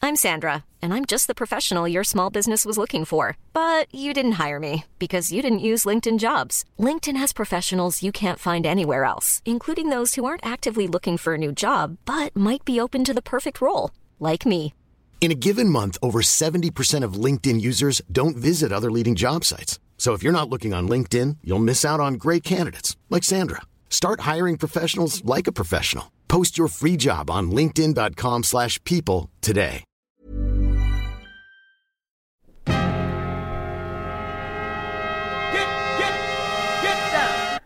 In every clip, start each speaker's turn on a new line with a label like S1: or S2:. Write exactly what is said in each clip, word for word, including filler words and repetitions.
S1: I'm Sandra, and I'm just the professional your small business was looking for. But you didn't hire me because you didn't use LinkedIn Jobs. LinkedIn has professionals you can't find anywhere else, including those who aren't actively looking for a new job, but might be open to the perfect role, like me.
S2: In a given month, over seventy percent of LinkedIn users don't visit other leading job sites. So if you're not looking on LinkedIn, you'll miss out on great candidates like Sandra. Start hiring professionals like a professional. Post your free job on linkedin.com slash people today.
S3: Get, get, get down.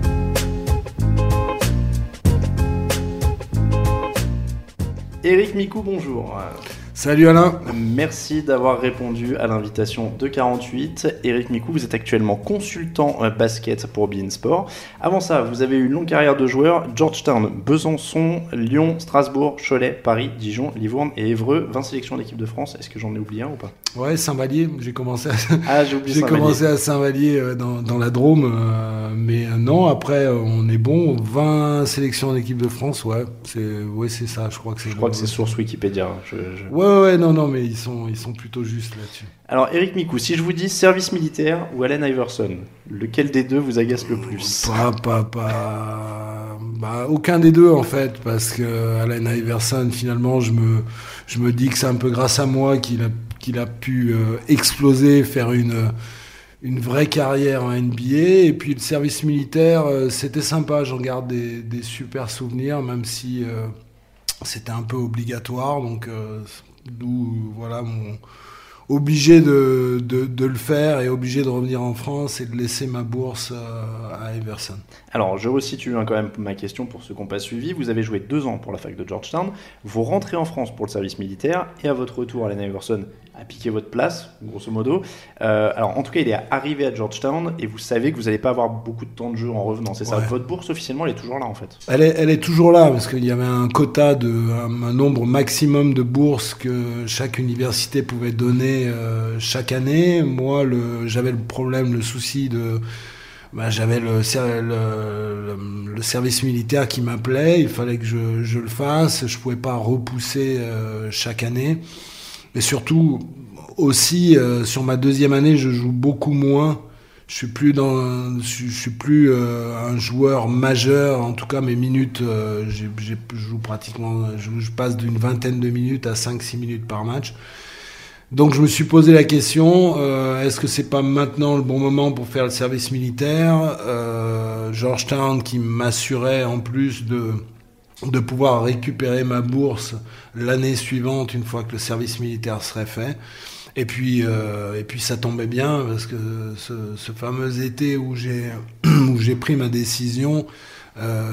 S4: Éric Micou, bonjour.
S5: Salut Alain.
S4: Merci d'avoir répondu à l'invitation de quarante-huit. Éric Micou, vous êtes actuellement consultant basket pour beIN Sport. Avant ça, vous avez eu une longue carrière de joueur. Georgetown, Besançon, Lyon, Strasbourg, Cholet, Paris, Dijon, Livourne et Évreux. vingt sélections d'équipe de France. Est-ce que j'en ai oublié un ou pas ?
S5: Ouais, Saint-Vallier. J'ai commencé à,
S4: ah, j'ai oublié
S5: j'ai
S4: Saint-Vallier.
S5: commencé à Saint-Vallier dans, dans la Drôme. Euh, mais non, après, on est bon. vingt sélections d'équipe de France, ouais. C'est, ouais, c'est ça. Je crois que c'est,
S4: je crois que c'est source Wikipédia. Je, je...
S5: Ouais, ouais, non, non, mais ils sont, ils sont plutôt justes là-dessus.
S4: Alors, Éric Micou, si je vous dis service militaire ou Allen Iverson, lequel des deux vous agace le plus ?
S5: Pas, pas, pas. Bah, aucun des deux, en fait, parce que Allen Iverson, finalement, je me, je me dis que c'est un peu grâce à moi qu'il a, qu'il a pu euh, exploser, faire une, une vraie carrière en N B A. Et puis, le service militaire, euh, c'était sympa. J'en garde des, des super souvenirs, même si euh, c'était un peu obligatoire. Donc, euh, d'où, voilà, mon. Obligé de, de, de le faire et obligé de revenir en France et de laisser ma bourse à Iverson.
S4: Alors, je resitue hein, quand même ma question pour ceux qui n'ont pas suivi. Vous avez joué deux ans pour la fac de Georgetown. Vous rentrez en France pour le service militaire et à votre retour, Allen Iverson a piqué votre place, grosso modo. Euh, alors, en tout cas, il est arrivé à Georgetown et vous savez que vous n'allez pas avoir beaucoup de temps de jeu en revenant. C'est ça.
S5: Ouais.
S4: Votre bourse, officiellement, elle est toujours là, en fait.
S5: Elle est, elle est toujours là parce qu'il y avait un quota, de, un, un nombre maximum de bourses que chaque université pouvait donner euh, chaque année. Moi, le, j'avais le problème, le souci de... Bah, j'avais le, le, le, le service militaire qui m'appelait, il fallait que je, je le fasse, je pouvais pas repousser euh, chaque année. Et surtout, aussi, euh, sur ma deuxième année, je joue beaucoup moins. Je suis plus dans, je, je suis plus euh, un joueur majeur. En tout cas, mes minutes, euh, j'ai, j'ai, je joue pratiquement, je, je passe d'une vingtaine de minutes à cinq six minutes par match. Donc, je me suis posé la question, euh, est-ce que c'est pas maintenant le bon moment pour faire le service militaire ? euh, Georgetown qui m'assurait en plus de de pouvoir récupérer ma bourse l'année suivante une fois que le service militaire serait fait. Et puis, euh, et puis ça tombait bien parce que ce, ce fameux été où j'ai, où j'ai pris ma décision, euh,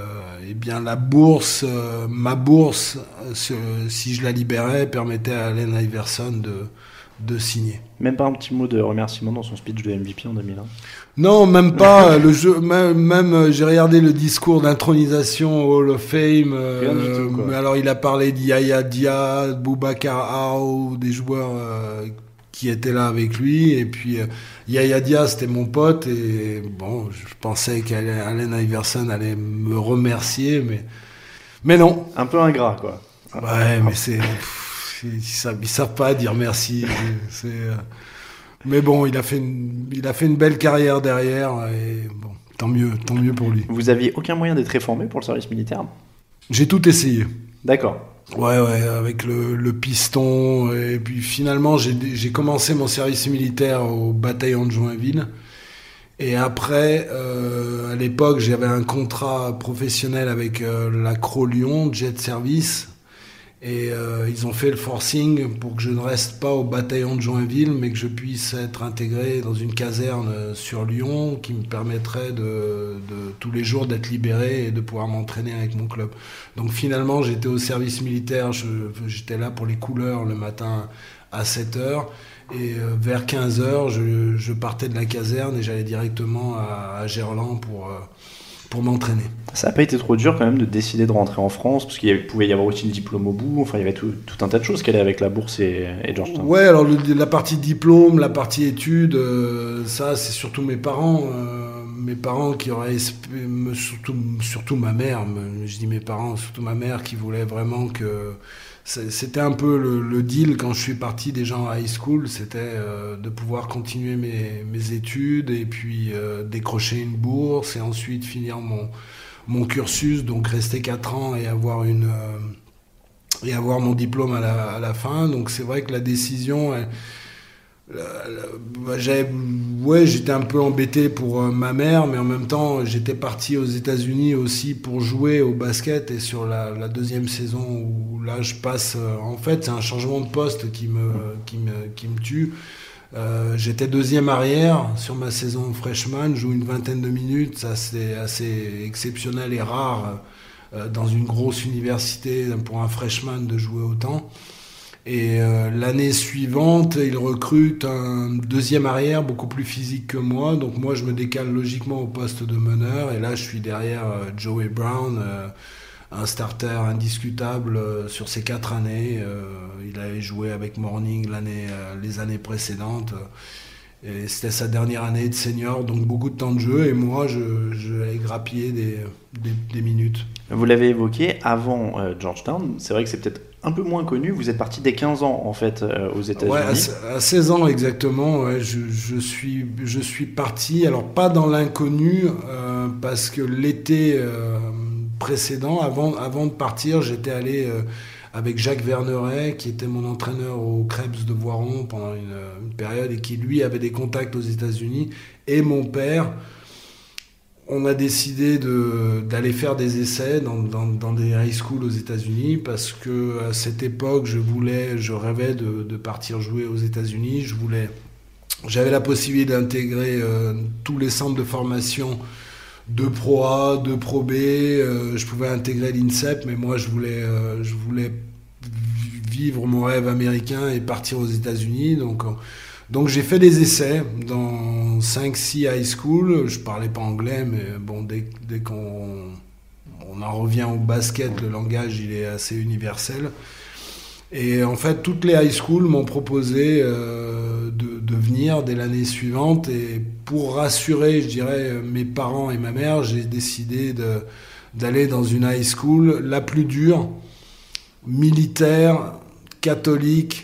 S5: eh bien la bourse, euh, ma bourse, ce, si je la libérais, permettait à Allen Iverson de, de signer.
S4: Même pas un petit mot de remerciement dans son speech de M V P en deux mille un ?
S5: Non, même pas. le jeu, même, même, j'ai regardé le discours d'intronisation au Hall of Fame.
S4: Rien du tout, quoi.
S5: Mais alors, il a parlé d'Yaya Dia, de Boubacar Aou, des joueurs euh, qui étaient là avec lui. Et puis, euh, Yaya Dia, c'était mon pote. Et bon, je pensais qu'Allen Iverson allait me remercier, mais, mais non.
S4: Un peu ingrat, quoi.
S5: Ouais, mais c'est, pff, ils savent, ils savent pas dire merci. c'est, euh, Mais bon, il a fait une, il a fait une belle carrière derrière et bon, tant mieux, tant mieux pour lui.
S4: Vous aviez aucun moyen d'être réformé pour le service militaire ?
S5: J'ai tout essayé.
S4: D'accord.
S5: Ouais, ouais, avec le, le piston et puis finalement j'ai, j'ai commencé mon service militaire au bataillon de Joinville et après, euh, à l'époque, j'avais un contrat professionnel avec euh, la Cro Lyon Jet Service. Et euh, ils ont fait le forcing pour que je ne reste pas au bataillon de Joinville, mais que je puisse être intégré dans une caserne sur Lyon qui me permettrait de, de tous les jours d'être libéré et de pouvoir m'entraîner avec mon club. Donc finalement, j'étais au service militaire, je, j'étais là pour les couleurs le matin à sept heures. Et euh, vers quinze heures, je, je partais de la caserne et j'allais directement à, à Gerland pour... Euh, pour m'entraîner.
S4: Ça n'a pas été trop dur quand même de décider de rentrer en France, parce qu'il y avait, pouvait y avoir aussi le diplôme au bout, enfin il y avait tout, tout un tas de choses qui allaient avec la bourse et, et Georgetown.
S5: Ouais, alors le, la partie diplôme, la partie études, euh, ça c'est surtout mes parents, euh, mes parents qui auraient espé- me- surtout surtout ma mère, me- je dis mes parents, surtout ma mère qui voulait vraiment que c'est- c'était un peu le, le deal quand je suis parti déjà en high school, c'était euh, de pouvoir continuer mes, mes études et puis euh, décrocher une bourse et ensuite finir mon mon cursus, donc rester quatre ans et avoir une euh, et avoir mon diplôme à la, à la fin. Donc c'est vrai que la décision, elle, la, la, bah, j'avais, ouais, j'étais un peu embêté pour euh, ma mère, mais en même temps, j'étais parti aux États-Unis aussi pour jouer au basket. Et sur la, la deuxième saison où là, je passe, euh, en fait, c'est un changement de poste qui me, qui me, qui me tue. Euh, j'étais deuxième arrière sur ma saison freshman, je joue une vingtaine de minutes, ça c'est assez exceptionnel et rare euh, dans une grosse université pour un freshman de jouer autant. Et euh, l'année suivante, il recrute un deuxième arrière beaucoup plus physique que moi, donc moi je me décale logiquement au poste de meneur, et là je suis derrière euh, Joey Brown, euh, un starter indiscutable euh, sur ces quatre années. Euh, il avait joué avec Morning l'année, euh, les années précédentes. Euh, et c'était sa dernière année de senior, donc beaucoup de temps de jeu. Et moi, je, je allais grappiller des, des, des minutes.
S4: Vous l'avez évoqué, avant euh, Georgetown, c'est vrai que c'est peut-être un peu moins connu. Vous êtes parti dès quinze ans, en fait, euh, aux États-Unis.
S5: Ouais, à, à seize ans exactement, ouais, je, je, suis, je suis parti. Alors, pas dans l'inconnu, euh, parce que l'été... Euh, précédent, avant, avant de partir, j'étais allé euh, avec Jacques Verneret, qui était mon entraîneur au Krebs de Voiron pendant une, une période et qui, lui, avait des contacts aux États-Unis. Et mon père, on a décidé de, d'aller faire des essais dans, dans, dans des high schools aux États-Unis parce que à cette époque, je voulais, je rêvais de, de partir jouer aux États-Unis. Je voulais, j'avais la possibilité d'intégrer euh, tous les centres de formation de Pro A, de Pro B, euh, je pouvais intégrer l'INSEP, mais moi je voulais, euh, je voulais vivre mon rêve américain et partir aux États-Unis. Donc, euh, donc j'ai fait des essais dans cinq six high schools. Je parlais pas anglais, mais bon, dès, dès qu'on on en revient au basket, le langage il est assez universel. Et en fait, toutes les high schools m'ont proposé euh, de, de venir dès l'année suivante. Et pour rassurer, je dirais, mes parents et ma mère, j'ai décidé de, d'aller dans une high school la plus dure, militaire, catholique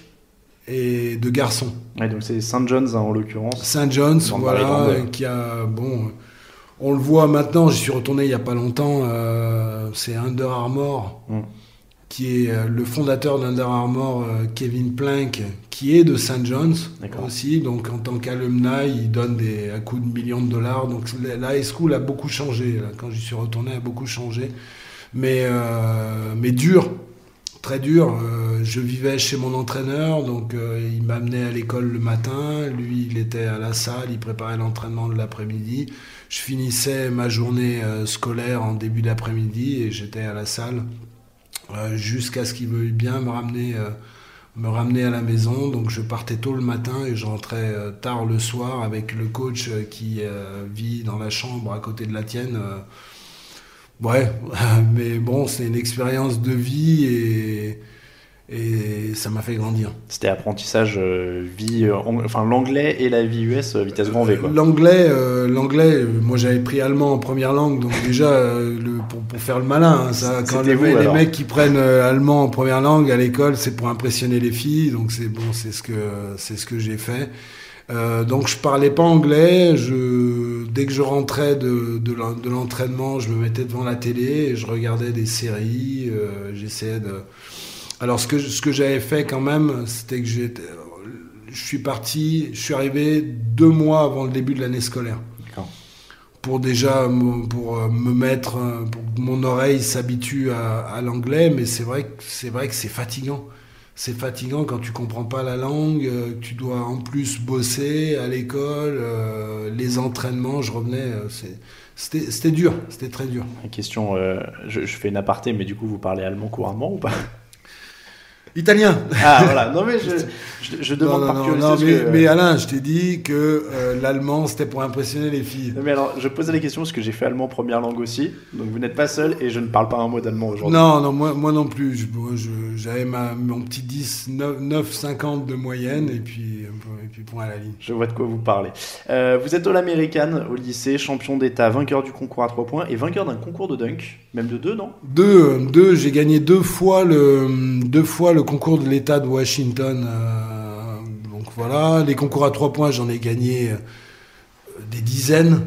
S5: et de garçons.
S4: Ouais, donc c'est Saint John's hein, en l'occurrence.
S5: Saint John's, voilà, qui a, bon, on le voit maintenant, j'y suis retourné il n'y a pas longtemps, euh, c'est Under Armour. Mm. Qui est le fondateur d'Under Armour, Kevin Plank, qui est de Saint John's. D'accord. Aussi. Donc, en tant qu'alumni, il donne des, à coups de millions de dollars. Donc, la high school a beaucoup changé. Là. Quand j'y suis retourné, a beaucoup changé. Mais, euh, mais dur, très dur. Euh, je vivais chez mon entraîneur, donc euh, il m'amenait à l'école le matin. Lui, il était à la salle, il préparait l'entraînement de l'après-midi. Je finissais ma journée euh, scolaire en début d'après-midi et j'étais à la salle. Euh, jusqu'à ce qu'il veuille bien me ramener, euh, me ramener à la maison. Donc je partais tôt le matin et je rentrais euh, tard le soir avec le coach euh, qui euh, vit dans la chambre à côté de la tienne. Euh, ouais, mais bon, c'est une expérience de vie et, et ça m'a fait grandir.
S4: C'était apprentissage euh, vie, euh, ang- enfin l'anglais et la vie U S euh, vitesse grand V quoi.
S5: Euh, l'anglais, euh, l'anglais, euh, moi j'avais pris allemand en première langue, donc déjà euh, le, pour, pour faire le malin, hein, ça, quand les, vous, les mecs qui prennent euh, allemand en première langue à l'école, c'est pour impressionner les filles, donc c'est bon, c'est ce que c'est ce que j'ai fait. Euh, donc je parlais pas anglais. Je, dès que je rentrais de, de, de l'entraînement, je me mettais devant la télé et je regardais des séries. Euh, j'essayais de Alors ce que, ce que j'avais fait quand même, c'était que j'étais, je suis parti, je suis arrivé deux mois avant le début de l'année scolaire. D'accord. Pour déjà me, pour me mettre, pour que mon oreille s'habitue à, à l'anglais, mais c'est vrai, que, c'est vrai que c'est fatigant. C'est fatigant quand tu comprends pas la langue, que tu dois en plus bosser à l'école, euh, les entraînements, je revenais, euh, c'est, c'était, c'était dur, c'était très dur.
S4: Question, euh, je, je fais une aparté, mais du coup vous parlez allemand couramment ou pas ?
S5: Italien.
S4: Ah voilà, non mais je, je, je demande
S5: non,
S4: par
S5: non,
S4: curiosité.
S5: non, mais,
S4: que...
S5: mais Alain, je t'ai dit que euh, l'allemand c'était pour impressionner les filles.
S4: Non, mais alors, je posais la question parce que j'ai fait allemand première langue aussi, donc vous n'êtes pas seul et je ne parle pas un mot d'allemand aujourd'hui.
S5: Non, non, moi, moi non plus. Je, je, j'avais ma, mon petit dix, neuf, neuf cinquante de moyenne et puis, et puis point à la ligne.
S4: Je vois de quoi vous parlez. Euh, vous êtes All-American au lycée, champion d'État, vainqueur du concours à trois points et vainqueur d'un concours de dunk, même de deux, non ?
S5: Deux, deux, j'ai gagné deux fois le, deux fois le concours de l'État de Washington. Euh, donc voilà, les concours à trois points, j'en ai gagné euh, des dizaines.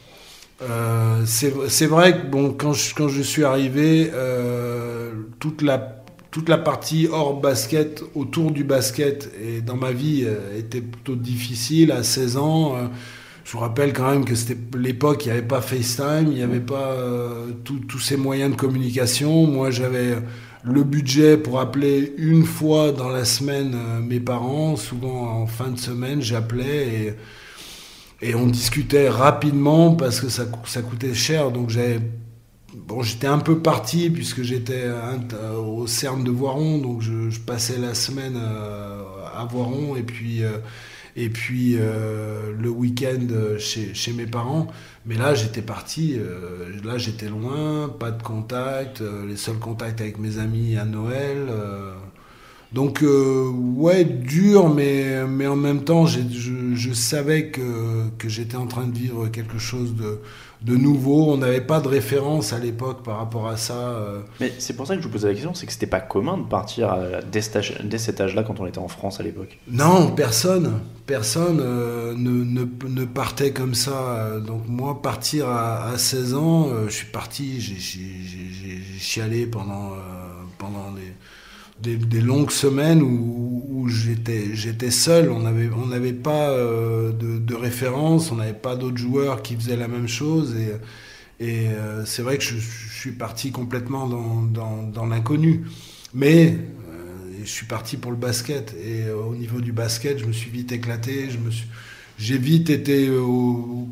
S5: Euh, c'est, c'est vrai que bon, quand je, quand je suis arrivé, euh, toute la, toute la partie hors basket, autour du basket et dans ma vie euh, était plutôt difficile à seize ans. Euh, je vous rappelle quand même que c'était l'époque, il n'y avait pas FaceTime, il n'y avait pas euh, tous ces moyens de communication. Moi, j'avais le budget pour appeler une fois dans la semaine euh, mes parents. Souvent, en fin de semaine, j'appelais et, et on discutait rapidement parce que ça, ça coûtait cher. Donc, j'avais, bon, j'étais un peu parti puisque j'étais euh, au CERN de Voiron. Donc, je, je passais la semaine euh, à Voiron et puis... Euh, et puis euh, le week-end chez, chez mes parents. Mais là, j'étais parti, euh, là, j'étais loin, pas de contact, euh, les seuls contacts avec mes amis à Noël. Euh, donc, euh, ouais, dur, mais, mais en même temps, j'ai, je, je savais que, que j'étais en train de vivre quelque chose de, de nouveau. On n'avait pas de référence à l'époque par rapport à ça. Euh.
S4: Mais c'est pour ça que je vous posais la question, c'est que c'était pas commun de partir à, dès, stage, dès cet âge-là quand on était en France à l'époque.
S5: Non, personne. Personne euh, ne, ne, ne partait comme ça. Donc moi, partir à, à seize ans, euh, je suis parti, j'ai, j'ai, j'ai, j'ai chialé pendant, euh, pendant des, des, des longues semaines où, où j'étais, j'étais seul. On n'avait on n'avait pas euh, de, de référence, on n'avait pas d'autres joueurs qui faisaient la même chose. Et, et euh, c'est vrai que je, je suis parti complètement dans, dans, dans l'inconnu. Mais... je suis parti pour le basket et euh, au niveau du basket, je me suis vite éclaté, je me suis, j'ai vite été euh,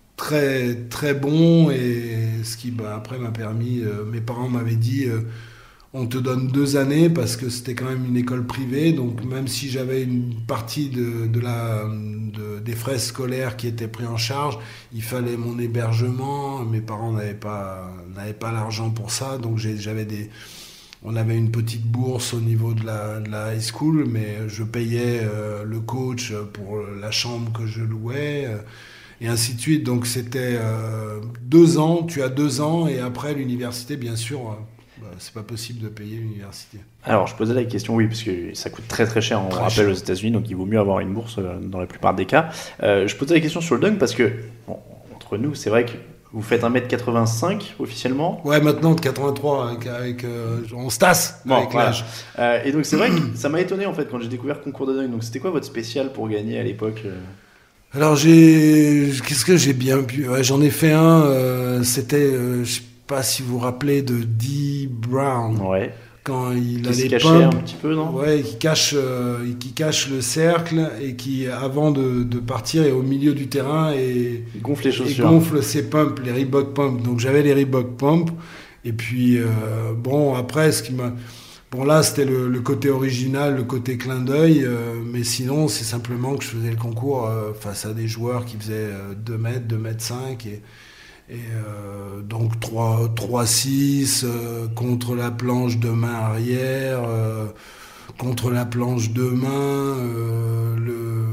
S5: très très bon et ce qui bah, après m'a permis, euh, mes parents m'avaient dit euh, on te donne deux années parce que c'était quand même une école privée, donc même si j'avais une partie de, de la, de, des frais scolaires qui étaient pris en charge, il fallait mon hébergement, mes parents n'avaient pas, n'avaient pas l'argent pour ça, donc j'ai, j'avais des... On avait une petite bourse au niveau de la, de la high school, mais je payais euh, le coach pour la chambre que je louais, euh, et ainsi de suite. Donc c'était euh, deux ans, tu as deux ans, et après l'université, bien sûr, euh, bah, c'est pas possible de payer l'université.
S4: Alors je posais la question, oui, parce que ça coûte très très cher, on
S5: très
S4: rappelle
S5: cher.
S4: Aux États-Unis, donc il vaut mieux avoir une bourse euh, dans la plupart des cas. Euh, je posais la question sur le dunk parce que, bon, entre nous, c'est vrai que vous faites un mètre quatre-vingt-cinq officiellement.
S5: Ouais, maintenant de quatre-vingt-trois avec, avec euh, on se tasse
S4: Bon,
S5: avec
S4: voilà.
S5: l'âge.
S4: Euh, et donc c'est vrai que ça m'a étonné en fait quand j'ai découvert le concours de dunk. Donc c'était quoi votre spécial pour gagner à l'époque?
S5: Alors j'ai, qu'est-ce que j'ai bien pu, ouais, j'en ai fait un. Euh, c'était, euh, je sais pas si vous vous rappelez de Dee Brown.
S4: Ouais.
S5: Quand il
S4: Qui
S5: a
S4: se
S5: les
S4: cachait
S5: pumps,
S4: un petit peu, non?
S5: ouais, qui cache, euh, qui cache le cercle et qui, avant de, de partir, est au milieu du terrain et
S4: Il gonfle les
S5: et
S4: chaussures.
S5: gonfle ses pumps, les Reebok pumps. Donc j'avais les Reebok pumps. Et puis euh, bon, après, ce qui m'a, bon là, c'était le, le côté original, le côté clin d'œil. Euh, mais sinon, c'est simplement que je faisais le concours euh, face à des joueurs qui faisaient euh, deux mètres, deux mètres cinq et Et euh, donc trois six euh, contre la planche de main arrière, euh, contre la planche de main, euh, le,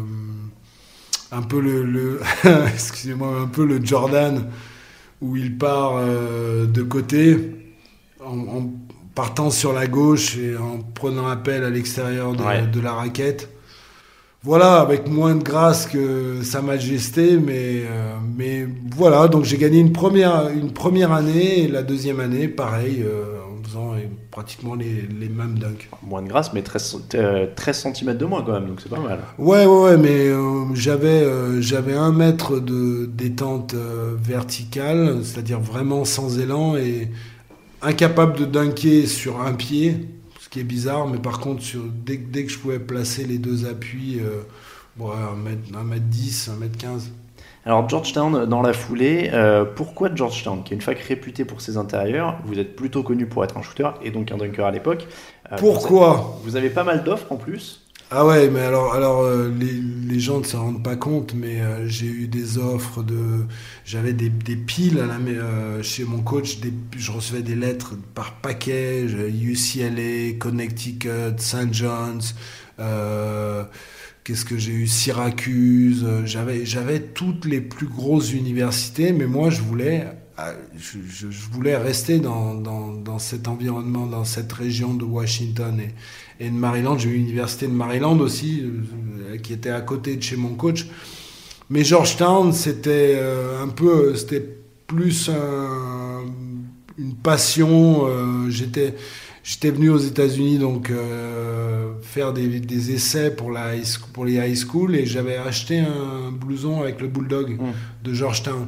S5: un peu le, le excusez-moi, un peu le Jordan où il part euh, de côté en, en partant sur la gauche et en prenant appel à l'extérieur de,
S4: ouais.
S5: de la raquette. Voilà, avec moins de grâce que Sa Majesté, mais, euh, mais voilà, donc j'ai gagné une première, une première année, et la deuxième année, pareil, euh, en faisant euh, pratiquement les, les mêmes dunks.
S4: Moins de grâce, mais treize, euh, treize centimètres de moins quand même, donc c'est pas mal.
S5: Ouais, ouais, ouais, mais euh, j'avais, euh, j'avais un mètre de détente euh, verticale, c'est-à-dire vraiment sans élan, et incapable de dunker sur un pied. Ce qui est bizarre, mais par contre, sur, dès, dès que je pouvais placer les deux appuis, euh, bon, un mètre dix, un mètre quinze.
S4: Alors Georgetown, dans la foulée, euh, pourquoi Georgetown, qui est une fac réputée pour ses intérieurs, vous êtes plutôt connu pour être un shooter et donc un dunker à l'époque. Euh,
S5: Pourquoi ?
S4: Vous avez, vous avez pas mal d'offres en plus.
S5: Ah ouais, mais alors, alors euh, les, les gens ne s'en rendent pas compte, mais euh, j'ai eu des offres de, j'avais des, des piles à la, euh, chez mon coach, des, je recevais des lettres par paquet, U C L A, Connecticut, Saint John's, euh, qu'est-ce que j'ai eu, Syracuse, j'avais, j'avais toutes les plus grosses universités, mais moi je voulais, je, je, je voulais rester dans, dans, dans cet environnement, dans cette région de Washington et Et de Maryland, j'ai eu l'université de Maryland aussi, euh, qui était à côté de chez mon coach. Mais Georgetown, c'était euh, un peu, c'était plus un, une passion. Euh, j'étais, j'étais venu aux États-Unis donc euh, faire des, des essais pour la high school, pour les high school, et j'avais acheté un blouson avec le Bulldog mmh. de Georgetown.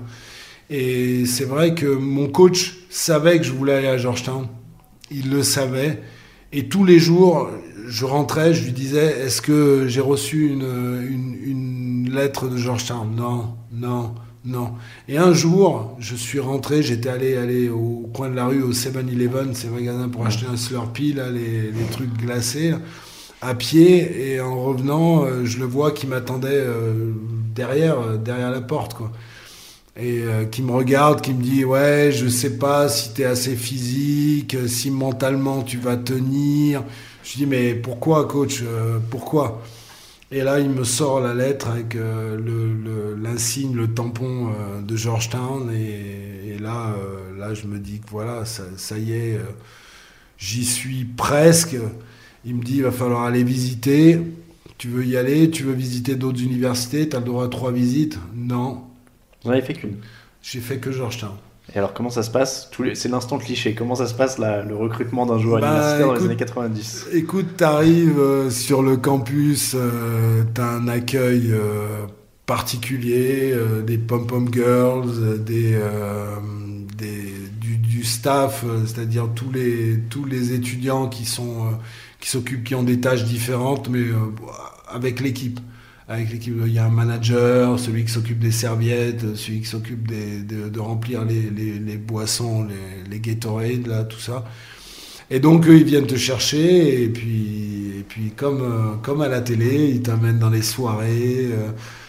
S5: Et c'est vrai que mon coach savait que je voulais aller à Georgetown. Il le savait. Et tous les jours, je rentrais, je lui disais, est-ce que j'ai reçu une, une, une lettre de Georgetown ? Non, non, non. Et un jour, je suis rentré, j'étais allé, allé au coin de la rue, au seven eleven, ces magasins pour acheter un Slurpee, là, les, les trucs glacés, à pied. Et en revenant, je le vois qui m'attendait derrière, derrière la porte, quoi. Et euh, qui me regarde, qui me dit ouais, je sais pas si t'es assez physique, si mentalement tu vas tenir. Je dis mais pourquoi coach, euh, pourquoi ? Et là il me sort la lettre avec euh, le, le, l'insigne, le tampon euh, de Georgetown, et, et là, euh, là je me dis que voilà, ça, ça y est, euh, j'y suis presque. Il me dit il va falloir aller visiter. Tu veux y aller ? Tu veux visiter d'autres universités ? T'as le droit à trois visites ? Non.
S4: Vous n'en avez fait qu'une ?
S5: J'ai fait que Georgetown.
S4: Et alors, comment ça se passe ? Tous les... C'est l'instant cliché. Comment ça se passe, la... le recrutement d'un joueur
S5: bah,
S4: universitaire dans
S5: écoute,
S4: les années quatre-vingt-dix ?
S5: Écoute, t'arrives euh, sur le campus, euh, t'as un accueil euh, particulier, euh, des pom-pom girls, des, euh, des, du, du staff, euh, c'est-à-dire tous les, tous les étudiants qui, sont, euh, qui s'occupent, qui ont des tâches différentes, mais euh, avec l'équipe. Avec l'équipe, il y a un manager, celui qui s'occupe des serviettes, celui qui s'occupe des, de, de remplir les, les, les boissons, les, les Gatorade, là, tout ça. Et donc, eux, ils viennent te chercher, et puis, et puis comme, euh, comme à la télé, ils t'amènent dans les soirées. Euh,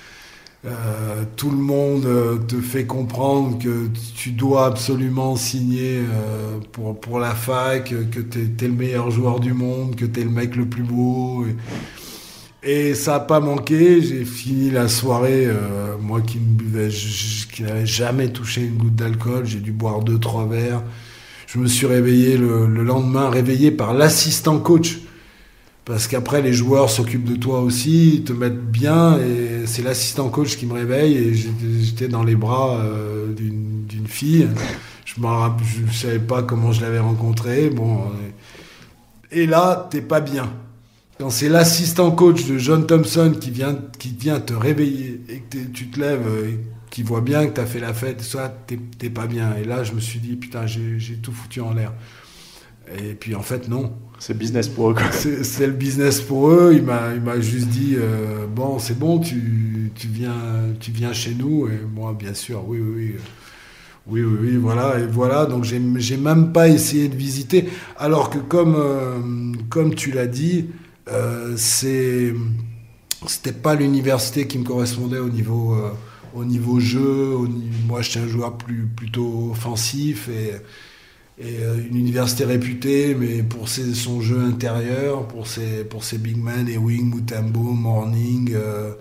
S5: euh, tout le monde euh, te fait comprendre que tu dois absolument signer euh, pour, pour la fac, que t'es, t'es le meilleur joueur du monde, que t'es le mec le plus beau. Et, Et ça n'a pas manqué, j'ai fini la soirée, euh, moi qui ne buvais, je, qui n'avais jamais touché une goutte d'alcool, j'ai dû boire deux, trois verres. Je me suis réveillé le, le lendemain, réveillé par l'assistant coach. Parce qu'après, les joueurs s'occupent de toi aussi, ils te mettent bien, et c'est l'assistant coach qui me réveille, et j'étais, j'étais dans les bras euh, d'une, d'une fille. Je ne savais pas comment je l'avais rencontrée. Bon, et là, t'es pas bien. Quand c'est l'assistant coach de John Thompson qui vient, qui vient te réveiller et que tu te lèves et qui voit bien que tu as fait la fête, soit t'es, t'es pas bien. Et là, je me suis dit, putain, j'ai, j'ai tout foutu en l'air. Et puis, en fait, non.
S4: C'est business pour eux, quoi.
S5: C'est, c'est le business pour eux. Il m'a, il m'a juste dit, euh, bon, c'est bon, tu, tu, viens, tu viens chez nous. Et moi, bien sûr, oui, oui, oui. Oui, oui, oui, voilà, et voilà. Donc, j'ai, j'ai même pas essayé de visiter. Alors que, comme, euh, comme tu l'as dit, Euh, c'est, c'était pas l'université qui me correspondait au niveau, euh, au niveau jeu. Au niveau, moi, j'étais un joueur plus, plutôt offensif, et, et euh, une université réputée, mais pour ses, son jeu intérieur, pour ses, pour ses big men, Ewing, Mutombo, Morning. Euh,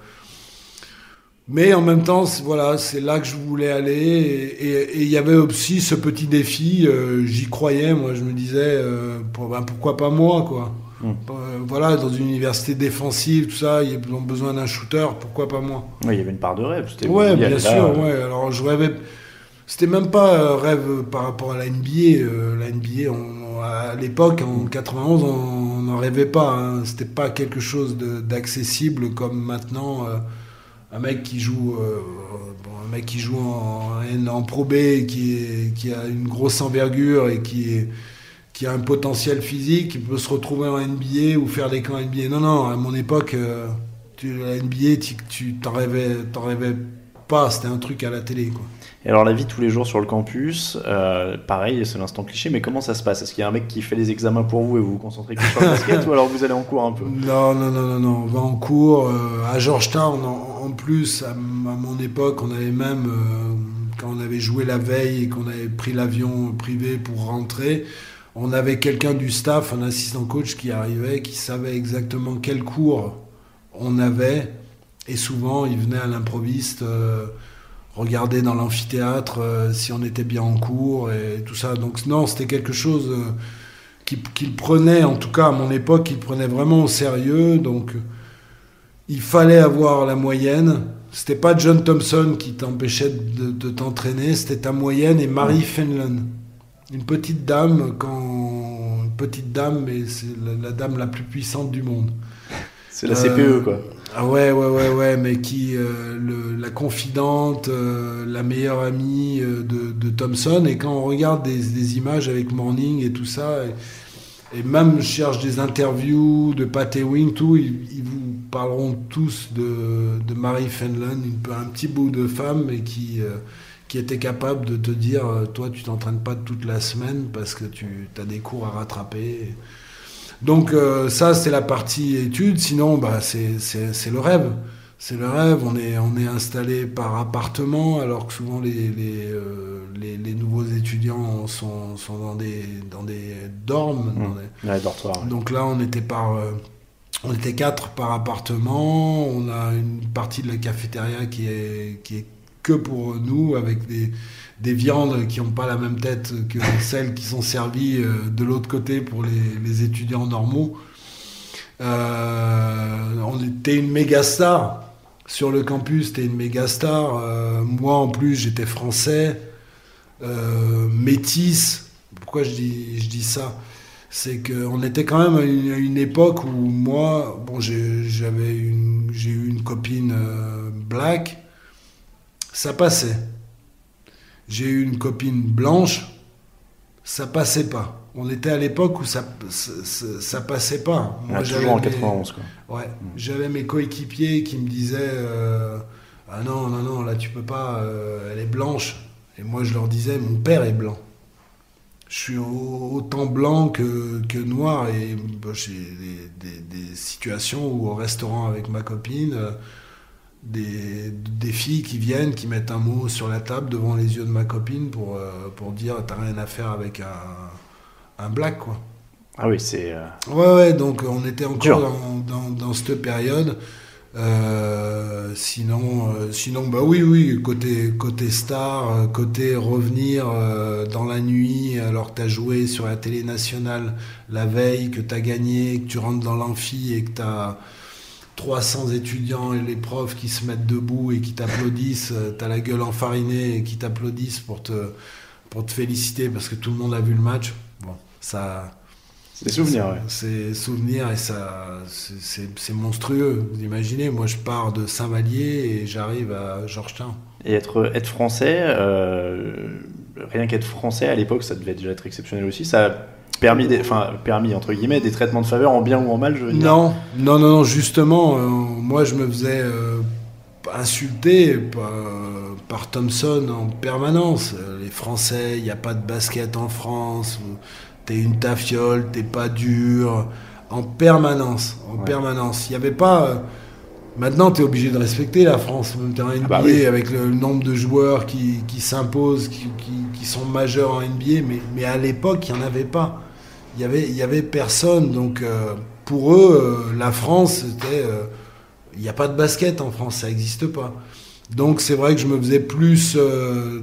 S5: mais en même temps, c'est, voilà, c'est là que je voulais aller, et il y avait aussi ce petit défi. Euh, j'y croyais, moi, je me disais, euh, pour, ben, pourquoi pas moi, quoi. Mmh. Euh, voilà, dans une université défensive, tout ça, ils ont besoin d'un shooter, pourquoi pas moi ?
S4: Ouais, il y avait une part de rêve. C'était
S5: ouais, bien
S4: là,
S5: sûr.
S4: Euh...
S5: Ouais. Alors, je rêvais. C'était même pas euh, rêve par rapport à la N B A. Euh, la N B A, on, à l'époque, en quatre-vingt-onze, on n'en rêvait pas. Hein. C'était pas quelque chose de, d'accessible comme maintenant. Euh, un mec qui joue, euh, bon, un mec qui joue en, en Pro B, qui, est, qui a une grosse envergure et qui est qui a un potentiel physique, qui peut se retrouver en N B A ou faire des camps N B A. Non, non, à mon époque, euh, tu, la N B A, tu, tu t'en rêvais, t'en rêvais pas, c'était un truc à la télé, quoi.
S4: Et alors la vie tous les jours sur le campus, euh, pareil, c'est l'instant cliché, mais comment ça se passe? Est-ce qu'il y a un mec qui fait les examens pour vous et vous vous concentrez que sur le basket ou alors vous allez en cours un peu?
S5: Non, non, non, non, non, on va en cours. Euh, à Georgetown, en, en plus, à, à mon époque, on avait même, euh, quand on avait joué la veille et qu'on avait pris l'avion privé pour rentrer, on avait quelqu'un du staff, un assistant coach qui arrivait, qui savait exactement quel cours on avait. Et souvent, il venait à l'improviste... Euh, regarder dans l'amphithéâtre euh, si on était bien en cours et tout ça. Donc non, c'était quelque chose euh, qu'il, qu'il prenait, en tout cas à mon époque, il prenait vraiment au sérieux. Donc euh, il fallait avoir la moyenne. C'était pas John Thompson qui t'empêchait de, de t'entraîner, c'était ta moyenne et Mary Fenlon. Une petite dame, quand... une petite dame, mais c'est la, la dame la plus puissante du monde.
S4: C'est la C P E,
S5: euh,
S4: quoi.
S5: Ah ouais, ouais, ouais, ouais, mais qui, euh, le, la confidente, euh, la meilleure amie euh, de, de Thompson. Et quand on regarde des, des images avec Morning et tout ça, et, et même je cherche des interviews de Pat Ewing, tout, ils, ils vous parleront tous de, de Mary Fenlon, une, un petit bout de femme, et qui, euh, qui était capable de te dire, toi, tu t'entraînes pas toute la semaine parce que tu as des cours à rattraper. Donc euh, ça, c'est la partie études. Sinon, bah, c'est, c'est, c'est le rêve. C'est le rêve. On est, on est installé par appartement, alors que souvent les, les, euh, les, les nouveaux étudiants sont, sont dans des, dans des dorms.
S4: Mmh.
S5: Dans des...
S4: Ouais, dortoir. Ouais.
S5: Donc là, on était par, euh, on était quatre par appartement. On a une partie de la cafétéria qui est, qui est que pour nous, avec des, des viandes qui n'ont pas la même tête que celles qui sont servies euh, de l'autre côté pour les, les étudiants normaux. Euh, on était une méga star sur le campus, t'es une méga star. Euh, moi en plus j'étais français, euh, métis. Pourquoi je dis, je dis ça? C'est qu'on était quand même à une, à une époque où moi, bon, j'ai, j'avais une, j'ai eu une copine euh, black. Ça passait. J'ai eu une copine blanche, ça passait pas. On était à l'époque où ça, ça, ça, ça passait pas.
S4: Moi, ouais, toujours en quatre-vingt-onze, quoi.
S5: Ouais, mmh. J'avais mes coéquipiers qui me disaient euh, ah non, non, non, là tu peux pas, euh, elle est blanche. Et moi je leur disais, mon père est blanc. Je suis autant blanc que, que noir. Et bah, j'ai des, des, des situations où au restaurant avec ma copine, euh, Des, des filles qui viennent, qui mettent un mot sur la table devant les yeux de ma copine pour, euh, pour dire t'as rien à faire avec un, un black, quoi.
S4: Ah oui, c'est... Euh...
S5: Ouais, ouais, donc on était encore dans, dans, dans cette période. Euh, sinon, euh, sinon, bah oui, oui, côté, côté star, côté revenir euh, dans la nuit alors que t'as joué sur la télé nationale la veille, que t'as gagné, que tu rentres dans l'amphi et que t'as trois cents étudiants et les profs qui se mettent debout et qui t'applaudissent, t'as la gueule enfarinée et qui t'applaudissent pour te, pour te féliciter parce que tout le monde a vu le match. Bon, ça...
S4: C'est des souvenirs, ouais.
S5: C'est souvenirs et ça, c'est, c'est, c'est monstrueux. Vous imaginez, moi je pars de Saint-Vallier et j'arrive à Georgetown.
S4: Et être, être français, euh, rien qu'être français à l'époque, ça devait déjà être exceptionnel aussi. Ça a permis, des, enfin, permis entre guillemets, des traitements de faveur en bien ou en mal, je veux dire.
S5: Non, non, non, non justement, euh, moi je me faisais euh, insulter par, par Thompson en permanence. Les Français, il n'y a pas de basket en France. T'es une tafiole, t'es pas dur, en permanence, en ouais. permanence. Il y avait pas. Euh, maintenant, t'es obligé de respecter la France, même t'es en N B A, ah bah oui. Avec le nombre de joueurs qui, qui s'imposent, qui, qui, qui sont majeurs en N B A, mais, mais à l'époque, il y en avait pas. Il y avait, il y avait personne. Donc, euh, pour eux, euh, la France, c'était. Euh, il n'y a pas de basket en France, ça n'existe pas. Donc, c'est vrai que je me faisais plus. Euh,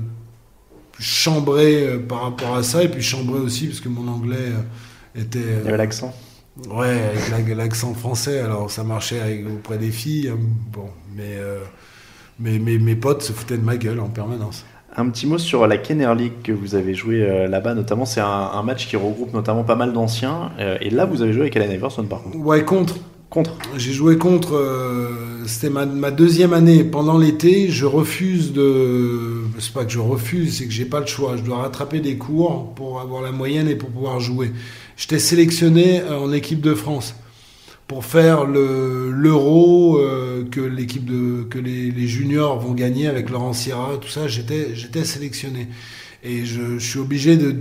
S5: chambré par rapport à ça, et puis chambré aussi parce que mon anglais était...
S4: Il y avait l'accent.
S5: Ouais, avec l'accent français, alors ça marchait avec, auprès des filles, bon, mais, euh, mais, mais mes potes se foutaient de ma gueule en permanence.
S4: Un petit mot sur la Kenner League que vous avez joué euh, là-bas, notamment, c'est un, un match qui regroupe notamment pas mal d'anciens, euh, et là vous avez joué avec Allen Iverson par contre.
S5: Ouais, contre.
S4: Contre.
S5: J'ai joué contre, euh, c'était ma, ma deuxième année. Pendant l'été, je refuse de... C'est pas que je refuse, c'est que j'ai pas le choix. Je dois rattraper des cours pour avoir la moyenne et pour pouvoir jouer. J'étais sélectionné en équipe de France pour faire le, l'euro euh, que l'équipe de que les, les juniors vont gagner avec Laurent Sierra, tout ça. J'étais j'étais sélectionné et je, je suis obligé de,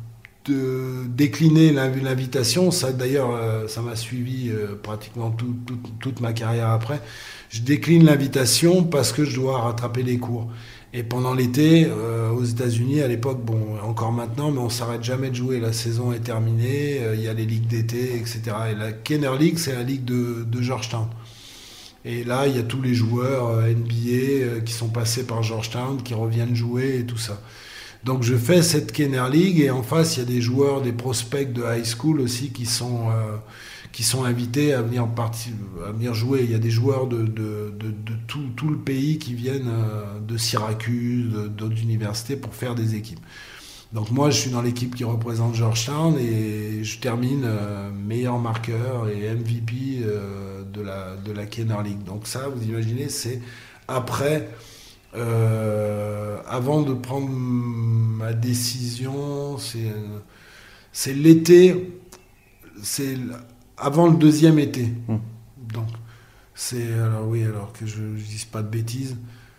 S5: de décliner l'invitation. Ça d'ailleurs, euh, ça m'a suivi euh, pratiquement tout, tout, toute ma carrière après. Je décline l'invitation parce que je dois rattraper les cours. Et pendant l'été, euh, aux États-Unis, à l'époque, bon, encore maintenant, mais on s'arrête jamais de jouer. La saison est terminée, euh, il y a les ligues d'été, et cetera. Et la Kenner League, c'est la ligue de, de Georgetown. Et là, il y a tous les joueurs euh, N B A euh, qui sont passés par Georgetown, qui reviennent jouer et tout ça. Donc je fais cette Kenner League et en face, il y a des joueurs, des prospects de high school aussi qui sont... Euh, qui sont invités à venir, partir, à venir jouer. Il y a des joueurs de, de, de, de tout, tout le pays qui viennent de Syracuse, de, d'autres universités pour faire des équipes. Donc moi, je suis dans l'équipe qui représente Georgetown et je termine euh, meilleur marqueur et M V P euh, de la, de la Kenner League. Donc ça, vous imaginez, c'est après, euh, avant de prendre ma décision, c'est, c'est l'été, c'est... avant le deuxième été. Mmh. Donc, c'est... Alors oui, alors que je ne dise pas de bêtises.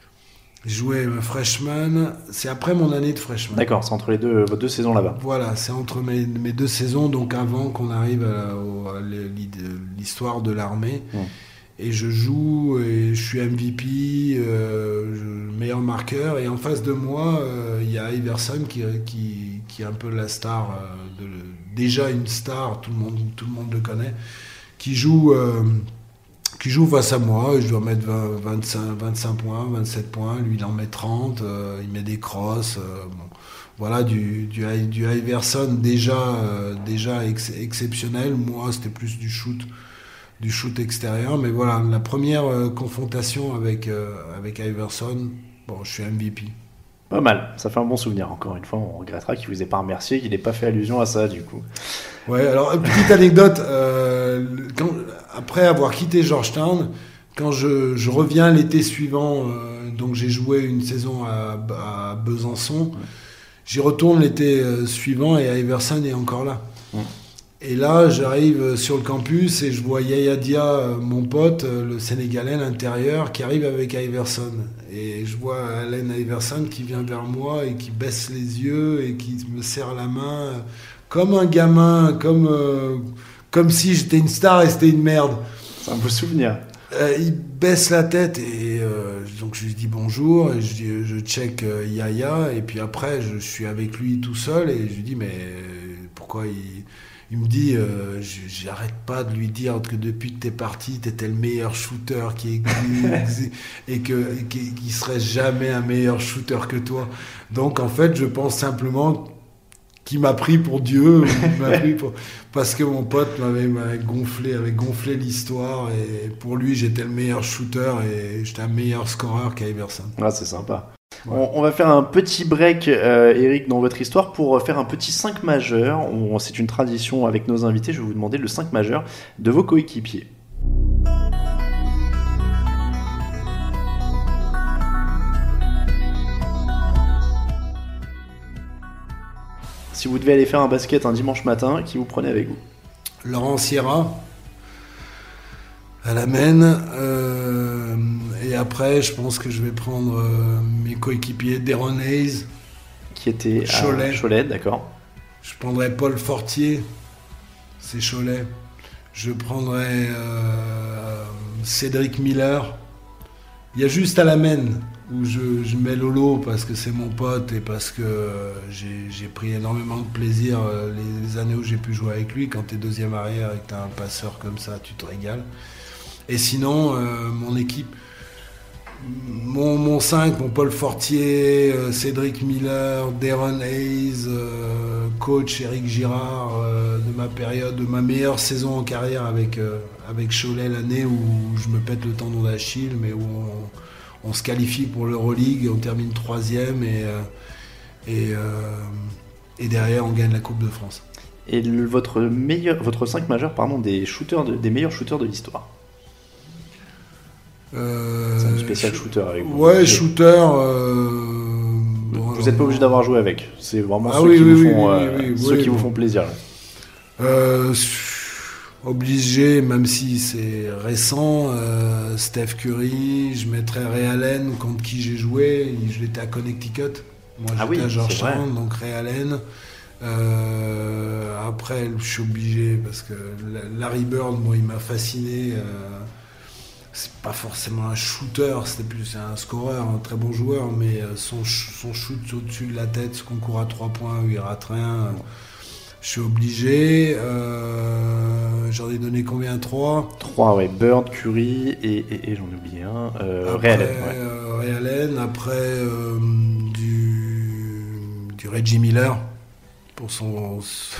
S5: J'ai joué freshman. C'est après mon année de freshman.
S4: D'accord, c'est entre les deux, vos deux saisons là-bas.
S5: Voilà, c'est entre mes, mes deux saisons, donc avant qu'on arrive à, à, à l'histoire de l'armée. Mmh. Et je joue, et je suis M V P, euh, je, meilleur marqueur. Et en face de moi, euh, il y a Iverson qui, qui, qui est un peu la star, euh, de, déjà une star, tout le monde, tout le monde le connaît, qui joue, euh, qui joue face à moi. Je dois mettre vingt, vingt-cinq, vingt-cinq points, vingt-sept points. Lui, il en met trente. Euh, il met des crosses. Euh, bon. Voilà, du, du, du Iverson déjà, euh, déjà ex- exceptionnel. Moi, c'était plus du shoot. du shoot extérieur, mais voilà, la première euh, confrontation avec, euh, avec Iverson, bon, je suis M V P.
S4: Pas mal, ça fait un bon souvenir. Encore une fois, on regrettera qu'il vous ait pas remercié, qu'il n'ait pas fait allusion à ça, du coup.
S5: Ouais, alors, petite anecdote, euh, quand, après avoir quitté Georgetown, quand je, je reviens l'été suivant, euh, donc j'ai joué une saison à, à Besançon, ouais. J'y retourne l'été euh, suivant et Iverson est encore là. Ouais. Et là, j'arrive sur le campus et je vois Yaya Dia, mon pote, le Sénégalais, l'intérieur, qui arrive avec Iverson. Et je vois Allen Iverson qui vient vers moi et qui baisse les yeux et qui me serre la main comme un gamin, comme, euh, comme si j'étais une star et c'était une merde.
S4: C'est un beau souvenir.
S5: Euh, il baisse la tête et euh, donc je lui dis bonjour et je, je check euh, Yaya et puis après je, je suis avec lui tout seul et je lui dis mais pourquoi il... Il me dit, euh, j'arrête pas de lui dire que depuis que t'es parti, t'étais le meilleur shooter qui existe et que et qu'il serait jamais un meilleur shooter que toi. Donc en fait, je pense simplement qu'il m'a pris pour Dieu, il m'a pris pour... parce que mon pote m'avait, m'avait gonflé, avait gonflé l'histoire et pour lui, j'étais le meilleur shooter et j'étais un meilleur scoreur qu'Iverson.
S4: Ah, c'est sympa. Ouais. On, on va faire un petit break, euh, Eric, dans votre histoire pour faire un petit cinq majeur. On, c'est une tradition avec nos invités. Je vais vous demander le cinq majeur de vos coéquipiers. Si vous devez aller faire un basket un dimanche matin, qui vous prenez avec vous?
S5: Laurent Sierra, à la Maine. Euh, et après, je pense que je vais prendre euh, mes coéquipiers Deron Hayes,
S4: qui était
S5: Cholet.
S4: à Cholet, d'accord.
S5: Je prendrai Paul Fortier, c'est Cholet. Je prendrai euh, Cédric Miller. Il y a juste à la Maine où je, je mets Lolo parce que c'est mon pote et parce que euh, j'ai, j'ai pris énormément de plaisir euh, les, les années où j'ai pu jouer avec lui. Quand t'es deuxième arrière et que t'as un passeur comme ça, tu te régales. Et sinon, euh, mon équipe, mon, mon cinq, mon Paul Fortier, euh, Cédric Miller, Deron Hayes, euh, coach Éric Girard, euh, de ma période, de ma meilleure saison en carrière avec, euh, avec Cholet, l'année où je me pète le tendon d'Achille, mais où on, on se qualifie pour l'Euroleague, on termine troisième et, euh, et, euh, et derrière on gagne la Coupe de France.
S4: Et le, votre, meilleur, votre cinq majeur pardon, des, shooters de, des meilleurs shooters de l'histoire?
S5: Euh,
S4: c'est un spécial shooter avec vous.
S5: Ouais, shooter. Euh,
S4: vous n'êtes pas obligé d'avoir joué avec. C'est vraiment
S5: ah
S4: ceux,
S5: oui,
S4: qui,
S5: oui,
S4: vous
S5: oui,
S4: font,
S5: oui,
S4: euh,
S5: oui,
S4: ceux
S5: oui,
S4: qui
S5: bon.
S4: vous font plaisir.
S5: Euh, obligé, même si c'est récent, euh, Steph Curry, je mettrais Ray Allen, contre qui j'ai joué. Je l'étais à Connecticut. Moi,
S4: Ah
S5: j'étais
S4: oui,
S5: à Georgetown,
S4: c'est vrai.
S5: donc Ray Allen. Euh, après, je suis obligé parce que Larry Bird, moi, il m'a fasciné. Euh, c'est pas forcément un shooter, c'était plus c'est un scoreur, un très bon joueur, mais son, son shoot au-dessus de la tête, ce concours à trois points où il rate rien, je suis obligé. Euh, j'en ai donné combien? Trois.
S4: Trois, ouais. Bird, Curry et, et, et j'en ai oublié un. Euh, Ray Allen, ouais.
S5: Euh, Ray Allen, après euh, du, du Reggie Miller pour son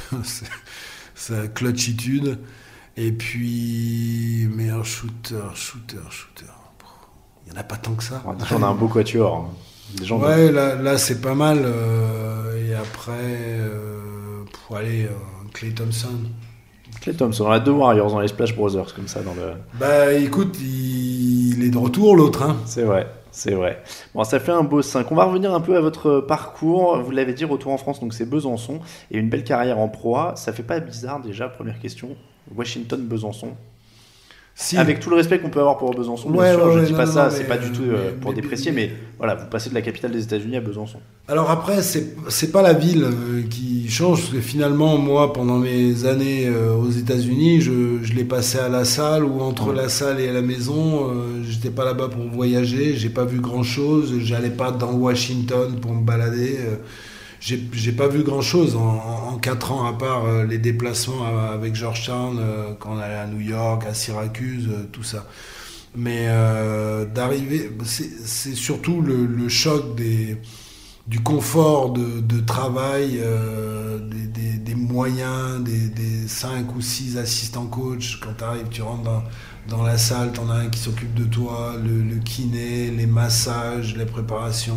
S5: sa clutchitude. Et puis, meilleur shooter, shooter, shooter. Il n'y en a pas tant que ça.
S4: Déjà, on a un beau quatuor. Hein. Des gens
S5: ouais,
S4: de...
S5: là, là c'est pas mal. Euh, et après, euh, pour aller, euh, Klay Thompson.
S4: Klay Thompson, on a deux Warriors dans les Splash Brothers, comme ça. Dans le...
S5: Bah écoute, il, il est de retour, l'autre. Hein.
S4: C'est vrai. C'est vrai. Bon, ça fait un beau cinq. On va revenir un peu à votre parcours. Vous l'avez dit, retour en France, donc c'est Besançon. Et une belle carrière en Pro A. Ça fait pas bizarre déjà, première question. Washington-Besançon. Si. Avec tout le respect qu'on peut avoir pour Besançon, bien
S5: ouais,
S4: sûr,
S5: ouais,
S4: je
S5: ouais,
S4: dis
S5: non,
S4: pas
S5: non,
S4: ça,
S5: mais,
S4: c'est pas du tout
S5: mais,
S4: euh, pour
S5: mais,
S4: déprécier, mais, mais voilà, vous passez de la capitale des États-Unis à Besançon.
S5: Alors après, c'est, c'est pas la ville qui change, parce que finalement, moi, pendant mes années euh, aux États-Unis, je, je l'ai passé à la salle, ou entre ouais. la salle et la maison, euh, j'étais pas là-bas pour voyager, j'ai pas vu grand-chose, j'allais pas dans Washington pour me balader. Euh, J'ai, j'ai pas vu grand chose en, en, en quatre ans, à part euh, les déplacements avec Georgetown, euh, quand on allait à New York, à Syracuse, euh, tout ça. Mais euh, d'arriver, c'est, c'est surtout le, le choc des, du confort de, de travail, euh, des, des, des moyens, des, des cinq ou six assistants coach. Quand tu arrives, tu rentres dans, dans la salle, t'en as un qui s'occupe de toi, le, le kiné, les massages, les préparations.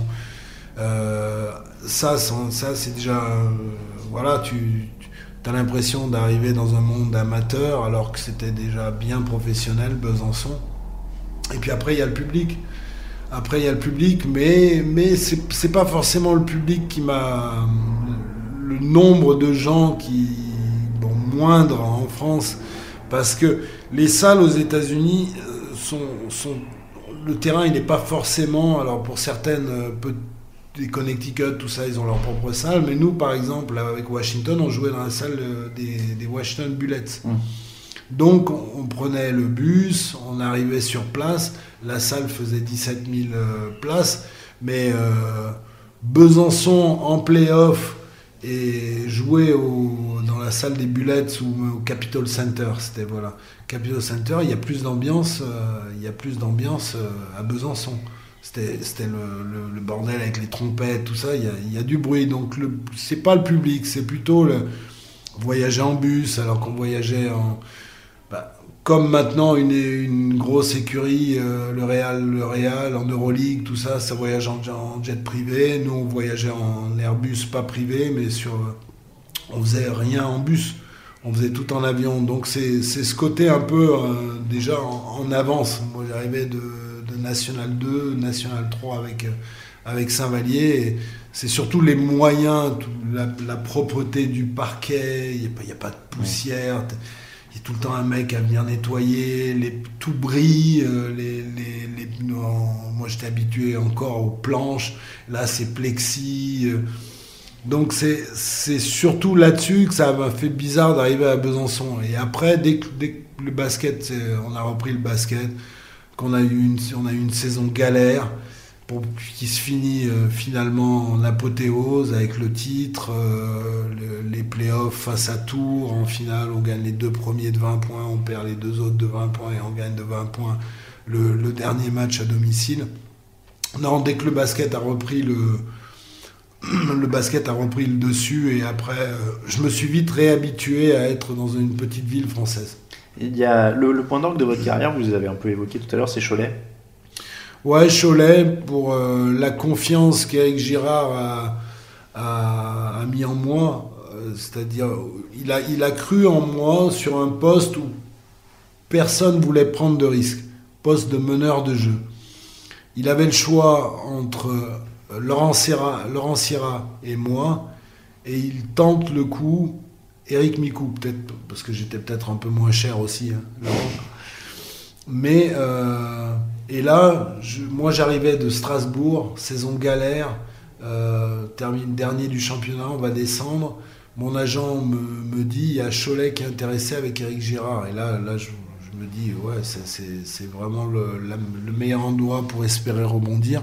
S5: Euh, ça, ça c'est déjà euh, voilà, tu, tu as l'impression d'arriver dans un monde amateur alors que c'était déjà bien professionnel, Besançon. Et puis après il y a le public après il y a le public mais, mais c'est, c'est pas forcément le public qui m'a le nombre de gens qui bon, moindre en France, parce que les salles aux États-Unis sont, sont le terrain il n'est pas forcément, alors pour certaines peut des Connecticut, tout ça, ils ont leur propre salle. Mais nous, par exemple, avec Washington, on jouait dans la salle des, des Washington Bullets. Mmh. Donc, on, on prenait le bus, on arrivait sur place. La salle faisait dix-sept mille euh, places. Mais euh, Besançon en play-off et jouer au, dans la salle des Bullets ou au Capitol Center, c'était voilà. Capitol Center, il y a plus d'ambiance, euh, il y a plus d'ambiance euh, à Besançon. C'était, c'était le, le, le bordel avec les trompettes, tout ça, il y a, il y a du bruit. Donc, le, c'est pas le public, c'est plutôt le voyager en bus, alors qu'on voyageait en... Bah, comme maintenant, une, une grosse écurie, euh, le Real, le Real, en Euroleague, tout ça, ça voyage en, en jet privé. Nous, on voyageait en Airbus, pas privé, mais sur... On faisait rien en bus, on faisait tout en avion. Donc, c'est, c'est ce côté un peu, euh, déjà, en, en avance. Moi, j'arrivais de... de National deux, National trois avec, avec Saint-Vallier. Et c'est surtout les moyens, tout, la, la propreté du parquet, il n'y a, a pas de poussière, il y a tout le temps un mec à venir nettoyer, les, tout brille, les, les, les, non, moi j'étais habitué encore aux planches, là c'est plexi. Donc c'est, c'est surtout là-dessus que ça m'a fait bizarre d'arriver à Besançon. Et après, dès que, dès que le basket, on a repris le basket, qu'on a eu une, on a eu une saison galère pour, qui se finit euh, finalement en apothéose avec le titre, euh, le, les playoffs face à Tours. En finale, on gagne les deux premiers de vingt points, on perd les deux autres de vingt points et on gagne de vingt points le, le dernier match à domicile. Non, dès que le basket a repris le, le basket a repris le dessus, et après, euh, je me suis vite réhabitué à être dans une petite ville française.
S4: Il y a le, le point d'orgue de votre carrière, vous avez un peu évoqué tout à l'heure, c'est Cholet.
S5: Ouais, Cholet, pour euh, la confiance qu'Éric Girard a, a, a mis en moi. Euh, c'est-à-dire, il a, il a cru en moi sur un poste où personne ne voulait prendre de risques. Poste de meneur de jeu. Il avait le choix entre Laurent Sierra, Laurent Sierra et moi, et il tente le coup Eric Micou, peut-être, parce que j'étais peut-être un peu moins cher aussi. Hein, mais, euh, et là, je, moi j'arrivais de Strasbourg, saison galère, euh, termine dernier du championnat, on va descendre. Mon agent me, me dit, il y a Cholet qui est intéressé avec Éric Girard. Et là, là je, je me dis, ouais, c'est, c'est, c'est vraiment le, la, le meilleur endroit pour espérer rebondir.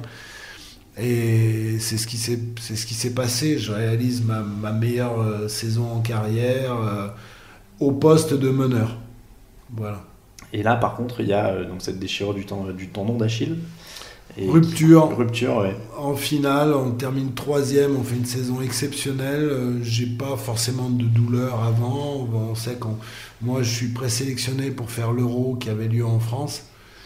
S5: Et c'est ce qui s'est, c'est ce qui s'est passé. Je réalise ma, ma meilleure euh, saison en carrière euh, au poste de meneur. Voilà.
S4: Et là, par contre, il y a euh, donc cette déchirure du, ten- du tendon d'Achille. Et
S5: Rupture.
S4: Qui... Rupture, ouais.
S5: En finale, on termine troisième, on fait une saison exceptionnelle. Euh, j'ai pas forcément de douleur avant. On sait qu'on, moi, je suis présélectionné pour faire l'Euro qui avait lieu en France.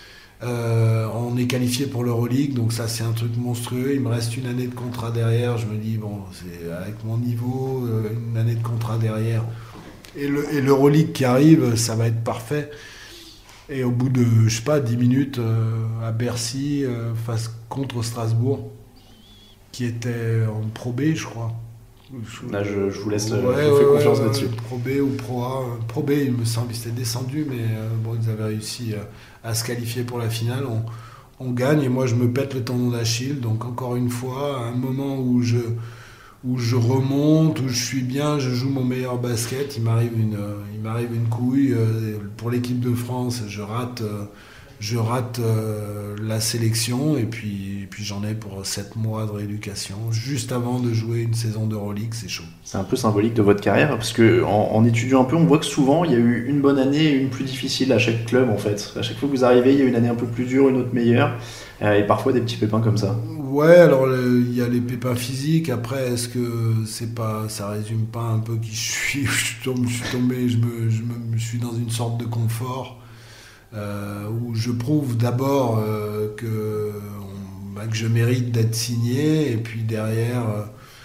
S5: Euh, on est qualifié pour l'Euroleague, donc ça c'est un truc monstrueux. Il me reste une année de contrat derrière. Je me dis bon, c'est avec mon niveau, euh, une année de contrat derrière. Et, le, et l'Euroleague qui arrive, ça va être parfait. Et au bout de, je sais pas, dix minutes euh, à Bercy, euh, face contre Strasbourg, qui était en Pro B, je crois.
S4: Là, je, je vous laisse,
S5: ouais,
S4: je vous fais
S5: ouais,
S4: confiance
S5: ouais,
S4: là-dessus.
S5: Pro B ou Pro A. Pro B, il me semble, ils étaient descendus, mais euh, bon, ils avaient réussi euh, à se qualifier pour la finale. On, on gagne et moi, je me pète le tendon d'Achille. Donc, encore une fois, à un moment où je, où je remonte, où je suis bien, je joue mon meilleur basket. Il m'arrive une, euh, il m'arrive une couille. Euh, pour l'équipe de France, je rate, euh, je rate euh, la sélection et puis, et puis j'en ai pour sept mois de rééducation. Juste avant de jouer une saison d'Euroleague, c'est chaud.
S4: C'est un peu symbolique de votre carrière parce que en, en étudiant un peu, on voit que souvent il y a eu une bonne année et une plus difficile à chaque club en fait. À chaque fois que vous arrivez, il y a une année un peu plus dure, une autre meilleure, euh, et parfois des petits pépins comme ça.
S5: Ouais, alors il y a les pépins physiques. Après, est-ce que c'est pas, ça résume pas un peu qui je suis, je suis tombé, je suis tombé, je me, je me, je suis dans une sorte de confort. Euh, où je prouve d'abord euh, que, on, bah, que je mérite d'être signé, et puis derrière, euh,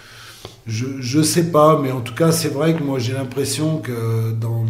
S5: je, je sais pas, mais en tout cas, c'est vrai que moi j'ai l'impression que dans,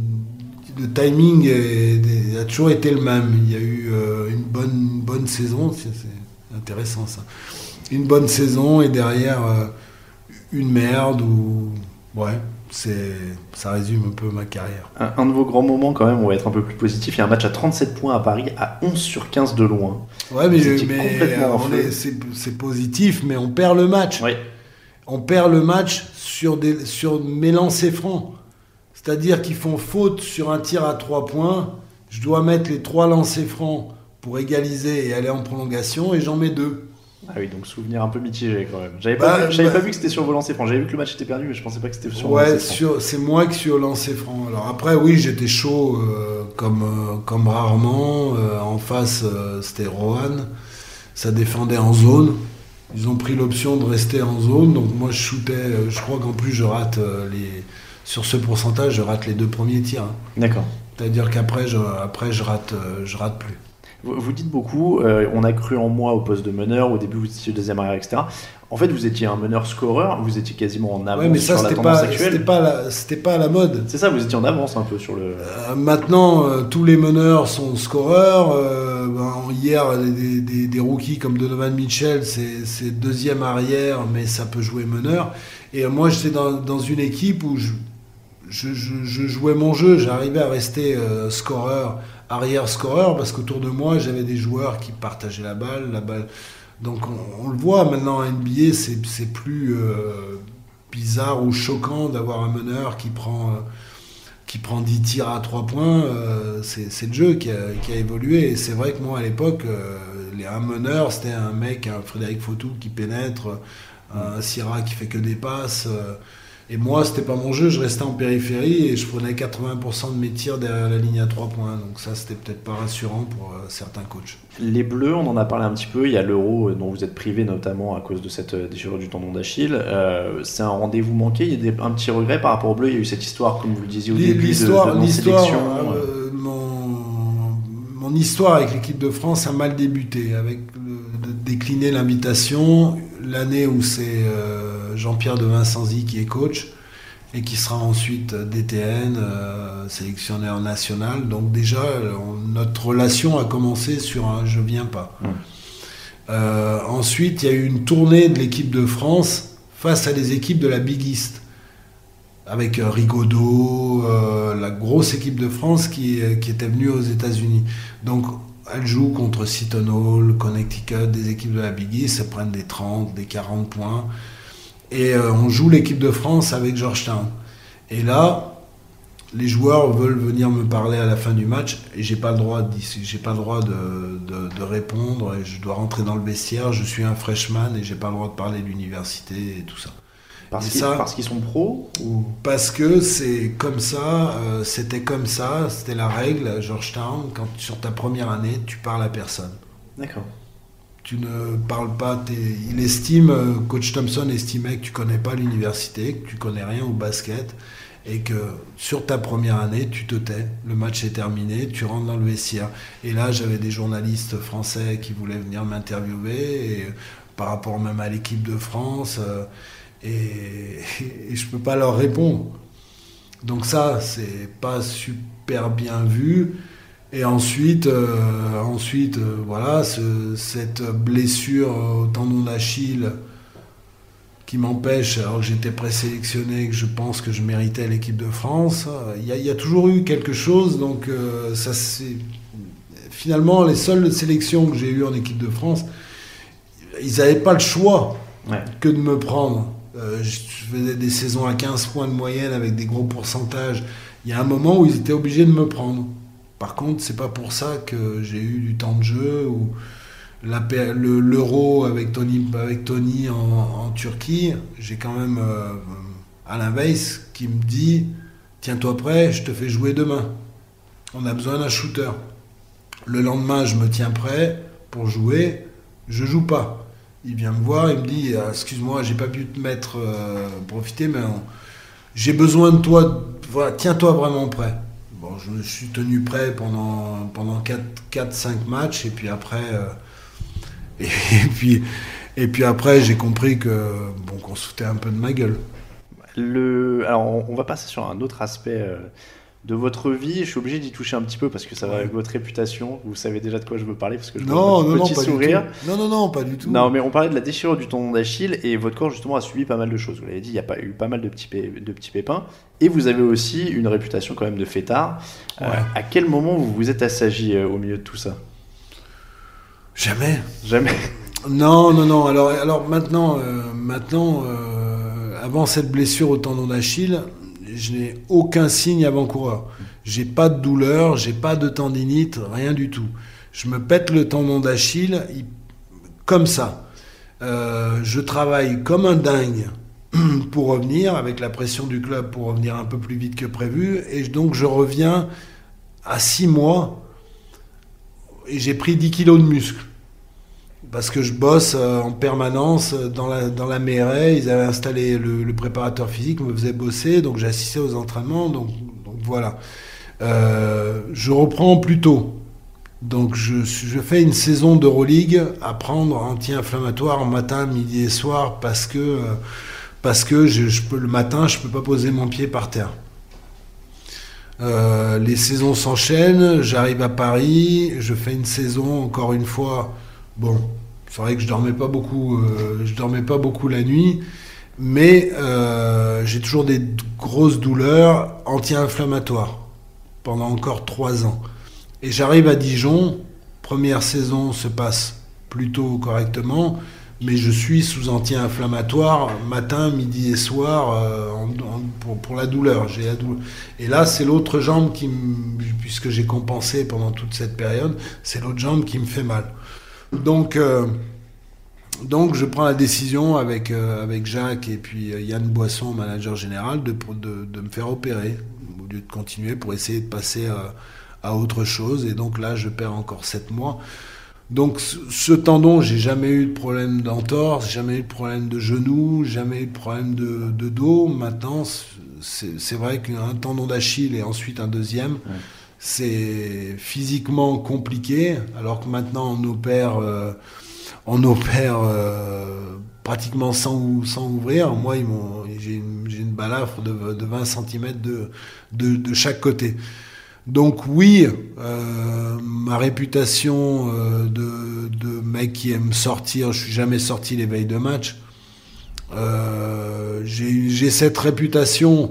S5: le timing est, est, a toujours été le même. Il y a eu euh, une, bonne, une bonne saison, c'est, c'est intéressant ça, une bonne saison, et derrière, euh, une merde, ou ouais. C'est, ça résume un peu ma carrière.
S4: Un, un de vos grands moments, quand même, on va être un peu plus positif. Il y a un match à trente-sept points à Paris, à onze sur quinze de loin.
S5: Ouais, mais, mais on est, c'est, c'est positif, mais on perd le match.
S4: Oui.
S5: On perd le match sur, des, sur mes lancers francs. C'est-à-dire qu'ils font faute sur un tir à trois points. Je dois mettre les trois lancers francs pour égaliser et aller en prolongation, et j'en mets deux.
S4: Ah oui, donc souvenir un peu mitigé quand même. J'avais pas, bah, vu, j'avais bah, pas vu que c'était sur vos lancers francs. J'avais vu que le match était perdu, mais je pensais pas que c'était sur vos
S5: ouais,
S4: lancers francs.
S5: Ouais, c'est moi qui suis au lancer franc. Alors après, oui, j'étais chaud euh, comme, euh, comme rarement. Euh, en face, euh, c'était Rohan. Ça défendait en zone. Ils ont pris l'option de rester en zone. Donc moi, je shootais. Euh, je crois qu'en plus, je rate euh, les. Sur ce pourcentage, je rate les deux premiers tirs. Hein.
S4: D'accord.
S5: C'est-à-dire qu'après, je, après, je rate, euh, je rate plus.
S4: Vous dites beaucoup, euh, on a cru en moi au poste de meneur, au début vous étiez deuxième arrière, et cetera. En fait, vous étiez un meneur-scoreur, vous étiez quasiment en avance ouais, mais ça, sur la tendance
S5: pas,
S4: actuelle.
S5: C'était pas, la, c'était pas à la mode.
S4: C'est ça, vous étiez en avance un peu sur le...
S5: Euh, maintenant, euh, tous les meneurs sont scoreurs. Euh, ben, hier, des, des, des rookies comme Donovan Mitchell, c'est, c'est deuxième arrière, mais ça peut jouer meneur. Et euh, moi, j'étais dans, dans une équipe où je, je, je, je jouais mon jeu, j'arrivais à rester euh, scoreur, arrière-scoreur, parce qu'autour de moi, j'avais des joueurs qui partageaient la balle. La balle. Donc on, on le voit maintenant en N B A, c'est, c'est plus euh, bizarre ou choquant d'avoir un meneur qui prend, euh, qui prend dix tirs à trois points. Euh, c'est, c'est le jeu qui a, qui a évolué. Et c'est vrai que moi, à l'époque, euh, les, un meneur, c'était un mec, un Frédéric Fautou qui pénètre, un Syrah qui fait que des passes. Euh, Et moi, c'était pas mon jeu, je restais en périphérie et je prenais quatre-vingts pour cent de mes tirs derrière la ligne à trois points. Donc ça, c'était peut-être pas rassurant pour euh, certains coachs.
S4: Les Bleus, on en a parlé un petit peu. Il y a l'Euro dont vous êtes privé notamment à cause de cette déchirure du tendon d'Achille. Euh, c'est un rendez-vous manqué. Il y a des, un petit regret par rapport aux Bleus. Il y a eu cette histoire, comme vous le disiez au
S5: Les,
S4: début,
S5: l'histoire,
S4: de, de non-sélection.
S5: Euh, mon, mon histoire avec l'équipe de France a mal débuté. Avec le, de décliner l'invitation, l'année où c'est... Euh, Jean-Pierre de Vincenzi qui est coach et qui sera ensuite D T N, euh, sélectionneur national. Donc déjà, on, notre relation a commencé sur un « je viens pas mmh. ». Euh, ensuite, il y a eu une tournée de l'équipe de France face à des équipes de la Big East. avec Rigaudot, euh, la grosse équipe de France qui, qui était venue aux États-Unis. Donc elle joue contre Seton Hall, Connecticut, des équipes de la Big East, elles prennent des trente, des quarante points. Et euh, on joue l'équipe de France avec Georgetown. Et là, les joueurs veulent venir me parler à la fin du match et j'ai pas le droit de, j'ai pas le droit de, de, de répondre et je dois rentrer dans le vestiaire. Je suis un freshman et j'ai pas le droit de parler de l'université et tout ça.
S4: Parce,
S5: et
S4: qu'ils,
S5: ça,
S4: parce qu'ils sont pros ou...
S5: Parce que c'est comme ça, euh, c'était comme ça, c'était la règle à Georgetown. Quand sur ta première année, tu parles à personne.
S4: D'accord.
S5: Tu ne parles pas. Il estime, coach Thompson estimait que tu connais pas l'université, que tu connais rien au basket. Et que sur ta première année, tu te tais, le match est terminé, tu rentres dans le vestiaire. Et là, j'avais des journalistes français qui voulaient venir m'interviewer, et, par rapport même à l'équipe de France, euh, et, et je ne peux pas leur répondre. Donc ça, c'est pas super bien vu. Et ensuite, euh, ensuite euh, voilà, ce, cette blessure au tendon d'Achille qui m'empêche, alors que j'étais présélectionné, que je pense que je méritais l'équipe de France. Il y a, il y a toujours eu quelque chose, donc euh, ça c'est... Finalement, les seules sélections que j'ai eues en équipe de France, ils n'avaient pas le choix ouais. que de me prendre. Euh, je faisais des saisons à quinze points de moyenne avec des gros pourcentages. Il y a un moment où ils étaient obligés de me prendre. Par contre, c'est pas pour ça que j'ai eu du temps de jeu ou... La, le, l'euro avec Tony, avec Tony en, en Turquie, j'ai quand même euh, Alain Weiss qui me dit « Tiens-toi prêt, je te fais jouer demain. On a besoin d'un shooter. » Le lendemain, je me tiens prêt pour jouer, je joue pas. Il vient me voir, il me dit « Excuse-moi, j'ai pas pu te mettre euh, profiter, mais on, j'ai besoin de toi, voilà, tiens-toi vraiment prêt. » Bon, je me suis tenu prêt pendant, pendant quatre cinq matchs, et puis après... Euh, Et puis, et puis après, j'ai compris que, bon, qu'on se foutait un peu de ma gueule.
S4: Le... Alors, on va passer sur un autre aspect euh, de votre vie. Je suis obligé d'y toucher un petit peu parce que ça va avec votre réputation. Vous savez déjà de quoi je veux parler parce que je
S5: non,
S4: vois
S5: non,
S4: petit
S5: non,
S4: sourire.
S5: Pas du tout. Non, non, non, pas du tout.
S4: Non, mais on parlait de la déchirure du tendon d'Achille et votre corps, justement, a subi pas mal de choses. Vous l'avez dit, il y a pas eu pas mal de petits, pé... de petits pépins. Et vous avez aussi une réputation quand même de fêtard. Ouais. Euh, à quel moment vous vous êtes assagi euh, au milieu de tout ça ?
S5: Jamais.
S4: Jamais.
S5: Non, non, non. Alors, alors maintenant, euh, maintenant euh, avant cette blessure au tendon d'Achille, je n'ai aucun signe avant-coureur. J'ai pas de douleur, j'ai pas de tendinite, rien du tout. Je me pète le tendon d'Achille il, comme ça. Euh, je travaille comme un dingue pour revenir, avec la pression du club pour revenir un peu plus vite que prévu. Et donc, je reviens à six mois et j'ai pris dix kilos de muscle. Parce que je bosse euh, en permanence dans la, dans la mairie. Ils avaient installé le, le préparateur physique, me faisait bosser, donc j'assistais aux entraînements, donc, donc voilà. Euh, je reprends plus tôt. Donc je, je fais une saison d'Euroleague à prendre anti-inflammatoire matin, midi et soir parce que, euh, parce que je, je peux, le matin, je ne peux pas poser mon pied par terre. Euh, les saisons s'enchaînent, j'arrive à Paris, je fais une saison, encore une fois... Bon, c'est vrai que je dormais pas beaucoup, euh, je dormais pas beaucoup la nuit, mais euh, j'ai toujours des d- grosses douleurs anti-inflammatoires pendant encore trois ans. Et j'arrive à Dijon, première saison se passe plutôt correctement, mais je suis sous anti-inflammatoire matin, midi et soir euh, en, en, pour, pour la douleur. J'ai la douleur. Et là, c'est l'autre jambe qui, me, puisque j'ai compensé pendant toute cette période, c'est l'autre jambe qui me fait mal. Donc, euh, donc je prends la décision avec, euh, avec Jacques et puis euh, Yann Boisson, manager général, de, de, de me faire opérer au lieu de continuer pour essayer de passer à, à autre chose. Et donc là, je perds encore sept mois. Donc ce, ce tendon, j'ai jamais eu de problème d'entorse, jamais eu de problème de genou, jamais eu de problème de, de dos. Maintenant, c'est, c'est vrai qu'un tendon d'Achille et ensuite un deuxième... Ouais. C'est physiquement compliqué, alors que maintenant on opère, euh, on opère euh, pratiquement sans, sans ouvrir. Moi, ils m'ont, j'ai, une, j'ai une balafre de, de vingt centimètres de, de, de chaque côté. Donc oui, euh, ma réputation euh, de, de mec qui aime sortir, je suis jamais sorti les veilles de match. Euh, j'ai, j'ai cette réputation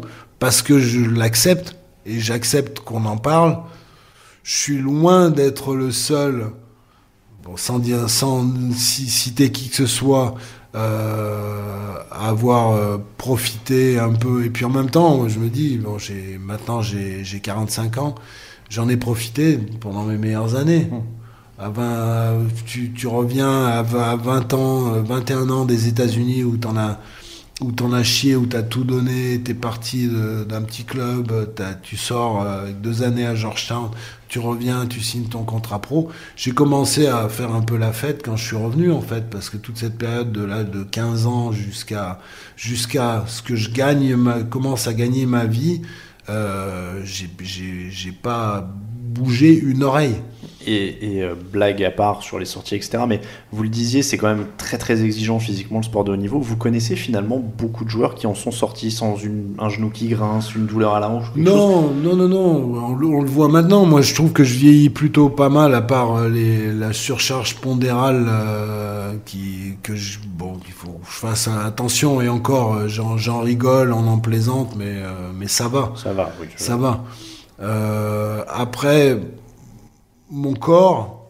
S5: parce que je l'accepte et j'accepte qu'on en parle. Je suis loin d'être le seul, bon, sans dire, sans citer qui que ce soit, euh, à avoir euh, profité un peu. Et puis en même temps, je me dis, bon, j'ai maintenant j'ai, j'ai quarante-cinq ans, j'en ai profité pendant mes meilleures années. Mmh. À vingt, tu, tu reviens à vingt ans, vingt et un ans des États-Unis où t'en as, où t'en as chié, où t'as tout donné, t'es parti de, d'un petit club, tu sors avec deux années à Georgetown, tu reviens, tu signes ton contrat pro. J'ai commencé à faire un peu la fête quand je suis revenu, en fait, parce que toute cette période de là, de quinze ans jusqu'à, jusqu'à ce que je gagne, ma, commence à gagner ma vie, euh, j'ai, j'ai, j'ai pas bougé une oreille.
S4: Et, et euh, blague à part sur les sorties, et cetera. Mais vous le disiez, c'est quand même très très exigeant physiquement le sport de haut niveau. Vous connaissez finalement beaucoup de joueurs qui en sont sortis sans une, un genou qui grince, une douleur à la hanche?
S5: Non, non, non, non. On, on le voit maintenant. Moi, je trouve que je vieillis plutôt pas mal, à part les, la surcharge pondérale euh, qui, que je, bon, il faut que je fasse attention. Et encore, j'en, j'en rigole, on en plaisante, mais euh, mais ça va.
S4: Ça va, oui.
S5: Ça va. Euh, après. Mon corps,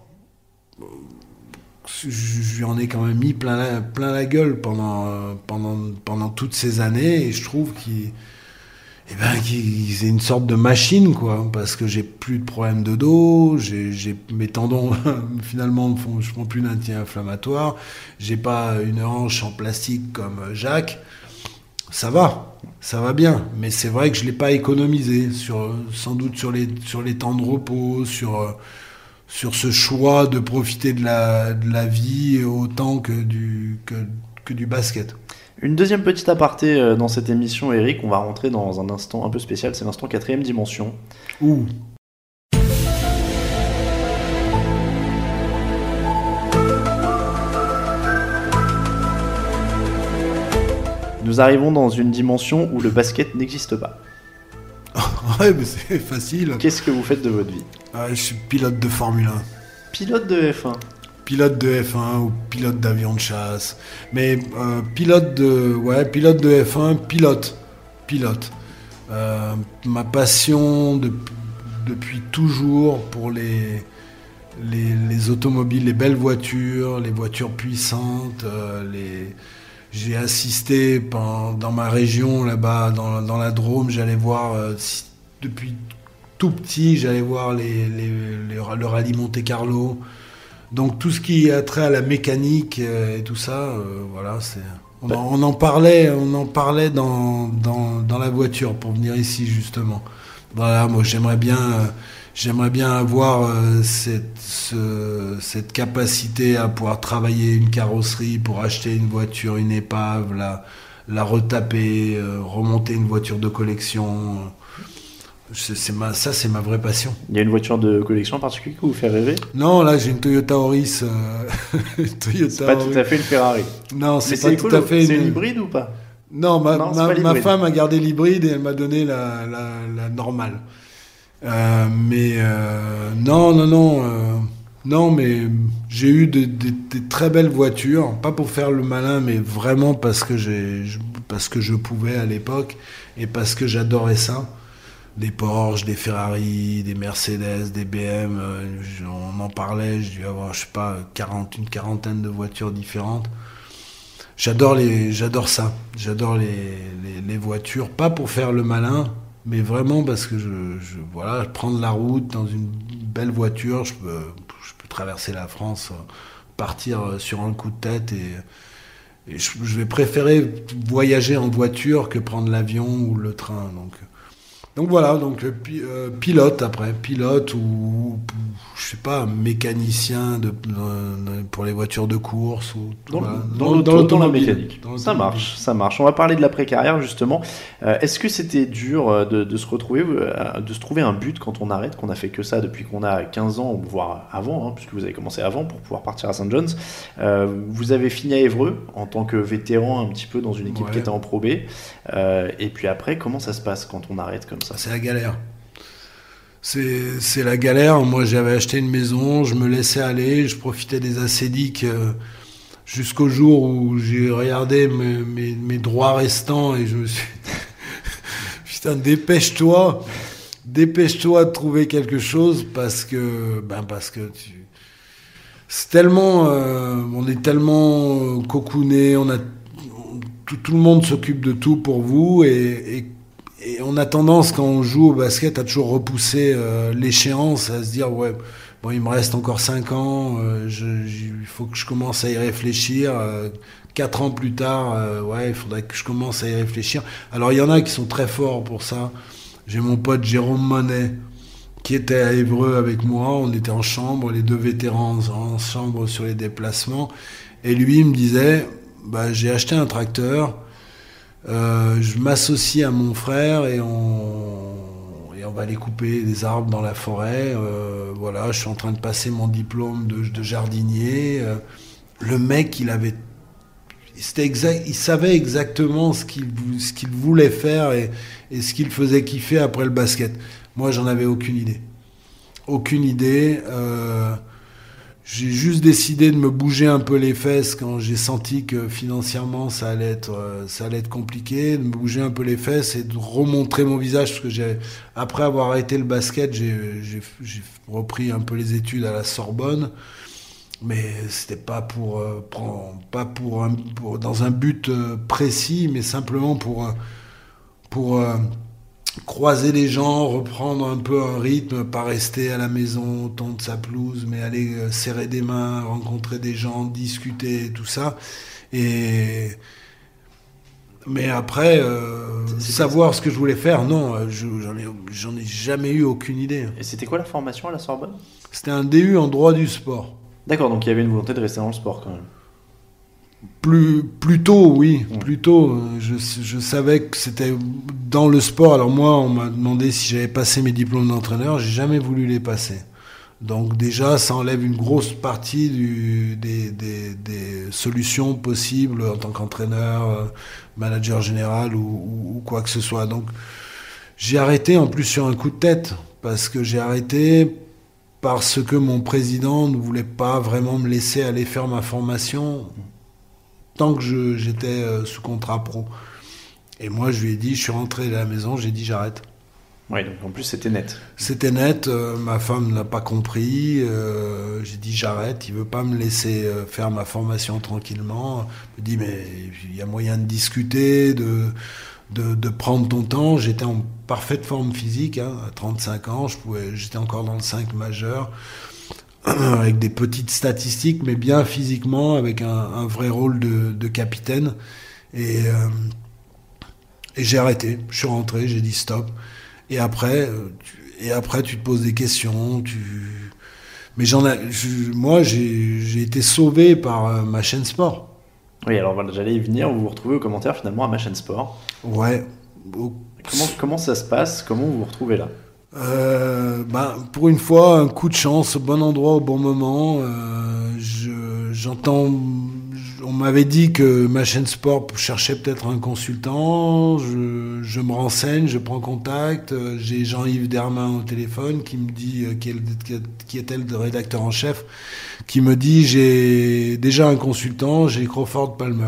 S5: je lui en ai quand même mis plein la, plein la gueule pendant, pendant, pendant toutes ces années, et je trouve qu'il, eh ben, qu'il c'est une sorte de machine, quoi, parce que j'ai plus de problème de dos, j'ai, j'ai mes tendons finalement ne font, je prends plus d'anti-inflammatoires, j'ai pas une hanche en plastique comme Jacques. Ça va, ça va bien, mais c'est vrai que je l'ai pas économisé, sur, sans doute sur les, sur les temps de repos, sur, sur ce choix de profiter de la, de la vie autant que du, que, que du basket.
S4: Une deuxième petite aparté dans cette émission, Eric, on va rentrer dans un instant un peu spécial, c'est l'instant quatrième dimension.
S5: Ouh.
S4: Nous arrivons dans une dimension où le basket n'existe pas.
S5: Ouais, mais c'est facile.
S4: Qu'est-ce que vous faites de votre vie?
S5: Ah, je suis pilote de Formule un.
S4: Pilote de F un?
S5: Pilote de F un ou pilote d'avion de chasse. Mais euh, pilote de... Ouais, pilote de F un, pilote. Pilote. Euh, ma passion de, depuis toujours pour les, les, les automobiles, les belles voitures, les voitures puissantes, euh, les... J'ai assisté pendant, dans ma région, là-bas, dans, dans la Drôme, j'allais voir, euh, depuis tout petit, j'allais voir les, les, les, le rallye Monte-Carlo. Donc tout ce qui a trait à la mécanique euh, et tout ça, euh, voilà, c'est... On en, on en parlait, on en parlait dans, dans, dans la voiture pour venir ici, justement. Voilà, moi j'aimerais bien... Euh, J'aimerais bien avoir euh, cette, ce, cette capacité à pouvoir travailler une carrosserie pour acheter une voiture, une épave, la, la retaper, euh, remonter une voiture de collection. C'est, c'est ma, ça, c'est ma vraie passion.
S4: Il y a une voiture de collection en particulier qui vous fait rêver?
S5: Non, là, j'ai une Toyota Auris. Euh, Toyota
S4: c'est pas
S5: Auris.
S4: tout à fait une Ferrari.
S5: Non, c'est,
S4: c'est
S5: pas
S4: écolo.
S5: tout à fait
S4: c'est
S5: une...
S4: une hybride ou pas?
S5: Non, ma,
S4: non,
S5: ma, ma femme a gardé l'hybride et elle m'a donné la, la, la normale. Euh, mais euh, non, non, non, euh, non, mais j'ai eu des de, de, de très belles voitures, pas pour faire le malin, mais vraiment parce que j'ai, parce que je pouvais à l'époque et parce que j'adorais ça. Des Porsche, des Ferrari, des Mercedes, des B M, euh, on en parlait, j'ai dû avoir, je sais pas, quarante, une quarantaine de voitures différentes. J'adore les, j'adore ça, j'adore les, les, les voitures, pas pour faire le malin. Mais vraiment parce que je, je voilà, prendre la route dans une belle voiture, je peux, je peux traverser la France, partir sur un coup de tête et, et je, je vais préférer voyager en voiture que prendre l'avion ou le train. Donc, donc voilà, donc euh, pilote après, pilote ou, ou je sais pas, mécanicien de, de, pour les voitures de course ou
S4: dans,
S5: voilà,
S4: dans, dans, l'auto, dans la mécanique. Dans ça marche, ça marche. On va parler de l'après-carrière justement. Euh, est-ce que c'était dur de, de se retrouver, de se trouver un but quand on arrête, qu'on a fait que ça depuis qu'on a quinze ans, voire avant, hein, puisque vous avez commencé avant pour pouvoir partir à Saint John's. Euh, vous avez fini à Évreux en tant que vétéran un petit peu dans une équipe ouais. qui était en Pro B. Euh, et puis après, comment ça se passe quand on arrête comme ça?
S5: C'est la galère. C'est, c'est la galère. Moi, j'avais acheté une maison, je me laissais aller, je profitais des acédiques euh, jusqu'au jour où j'ai regardé mes, mes, mes droits restants et je me suis... putain, dépêche-toi, dépêche-toi de trouver quelque chose parce que, ben parce que tu, c'est tellement, euh, on est tellement euh, cocooné, on a, on, tout, tout le monde s'occupe de tout pour vous et, et, et on a tendance quand on joue au basket à toujours repousser euh, l'échéance, à se dire ouais. Bon, il me reste encore cinq ans, euh, je, je, il faut que je commence à y réfléchir. Euh, quatre ans plus tard, euh, ouais, il faudrait que je commence à y réfléchir. Alors, il y en a qui sont très forts pour ça. J'ai mon pote Jérôme Monet, qui était à Évreux avec moi. On était en chambre, les deux vétérans en chambre sur les déplacements. Et lui, il me disait, bah, j'ai acheté un tracteur, euh, je m'associe à mon frère et on... on va aller couper des arbres dans la forêt. Euh, voilà, je suis en train de passer mon diplôme de, de jardinier. Euh, le mec, il avait, c'était exact, il savait exactement ce qu'il, ce qu'il voulait faire et, et ce qu'il faisait kiffer après le basket. Moi, j'en avais aucune idée. Aucune idée. Euh, j'ai juste décidé de me bouger un peu les fesses quand j'ai senti que financièrement ça allait être ça allait être compliqué, de me bouger un peu les fesses et de remontrer mon visage parce que j'ai après avoir arrêté le basket, j'ai j'ai, j'ai repris un peu les études à la Sorbonne, mais c'était pas pour euh, prendre, pas pour, un, pour dans un but euh, précis, mais simplement pour euh, pour euh, croiser les gens, reprendre un peu un rythme, pas rester à la maison, tondre sa pelouse, mais aller euh, serrer des mains, rencontrer des gens, discuter, tout ça. Et mais après, euh, savoir ce que je voulais faire, non, je, j'en ai, j'en ai jamais eu aucune idée.
S4: Et c'était quoi la formation à la Sorbonne ?
S5: C'était un D U en droit du sport.
S4: D'accord, donc il y avait une volonté de rester dans le sport quand même.
S5: Plus, plus tôt, oui, mmh. plus tôt. Je, je savais que c'était dans le sport. Alors moi, on m'a demandé si j'avais passé mes diplômes d'entraîneur. J'ai jamais voulu les passer. Donc déjà, ça enlève une grosse partie du, des, des, des solutions possibles en tant qu'entraîneur, manager général ou, ou, ou quoi que ce soit. Donc j'ai arrêté en plus sur un coup de tête parce que j'ai arrêté parce que mon président ne voulait pas vraiment me laisser aller faire ma formation tant que je, j'étais euh, sous contrat pro. Et moi, je lui ai dit, je suis rentré à la maison, j'ai dit j'arrête.
S4: Oui, donc en plus, c'était net.
S5: C'était net, euh, ma femme ne l'a pas compris. Euh, j'ai dit j'arrête, il ne veut pas me laisser euh, faire ma formation tranquillement. Il me dit, mais il y a moyen de discuter, de, de, de prendre ton temps. J'étais en parfaite forme physique, hein, à trente-cinq ans, je pouvais, j'étais encore dans le cinq majeur. Avec des petites statistiques, mais bien physiquement, avec un, un vrai rôle de, de capitaine. Et, euh, et j'ai arrêté. Je suis rentré, j'ai dit stop. Et après, tu, et après, tu te poses des questions. Tu... Mais j'en ai, je, moi, j'ai, j'ai été sauvé par euh, ma chaîne sport.
S4: Oui, alors voilà, j'allais y venir. Vous vous retrouvez aux commentaires finalement à ma chaîne sport.
S5: Ouais. Au...
S4: Comment, comment ça se passe ? Comment vous vous retrouvez là ?
S5: Euh, ben, pour une fois, un coup de chance, au bon endroit, au bon moment. Euh, je, j'entends, on m'avait dit que ma chaîne sport cherchait peut-être un consultant. Je, je me renseigne, je prends contact. J'ai Jean-Yves Dermain au téléphone qui me dit, qui est, qui est le rédacteur en chef, qui me dit j'ai déjà un consultant, j'ai Crawford Palmer.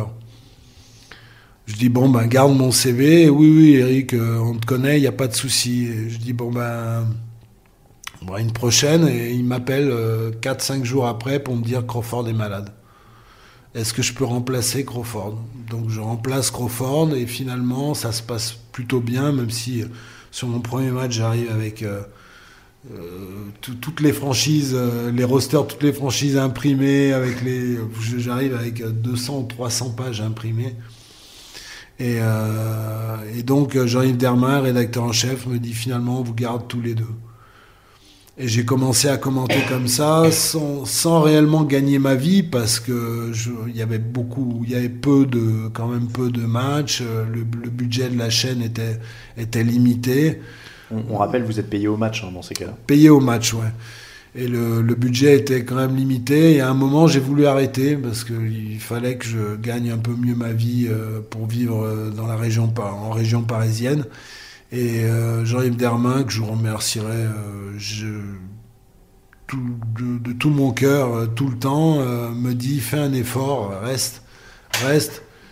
S5: Je dis, bon, ben, garde mon C V. Oui, oui, Eric, euh, on te connaît, il n'y a pas de souci. Et je dis, bon, ben, on va une prochaine. Et il m'appelle euh, quatre cinq jours après pour me dire que Crawford est malade. Est-ce que je peux remplacer Crawford ? Donc, je remplace Crawford et finalement, ça se passe plutôt bien, même si euh, sur mon premier match, j'arrive avec euh, euh, tout, toutes les franchises, euh, les rosters, toutes les franchises imprimées, avec les, j'arrive avec deux cents ou trois cents pages imprimées. Et, euh, et donc Jean-Yves Dermain, rédacteur en chef, me dit finalement on vous garde tous les deux. Et j'ai commencé à commenter comme ça, sans, sans réellement gagner ma vie, parce que je, il y avait beaucoup, il y avait peu de, quand même peu de matchs. Le, le budget de la chaîne était était limité.
S4: On, on rappelle, vous êtes payé au match hein, dans ces cas-là.
S5: Payé au match, ouais. Et le, le budget était quand même limité. Et à un moment, j'ai voulu arrêter parce qu'il fallait que je gagne un peu mieux ma vie euh, pour vivre dans la région, en région parisienne. Et euh, Jean-Yves Dermain, que je remercierai euh, je, tout, de, de tout mon cœur, euh, tout le temps, euh, me dit « Fais un effort, reste, reste.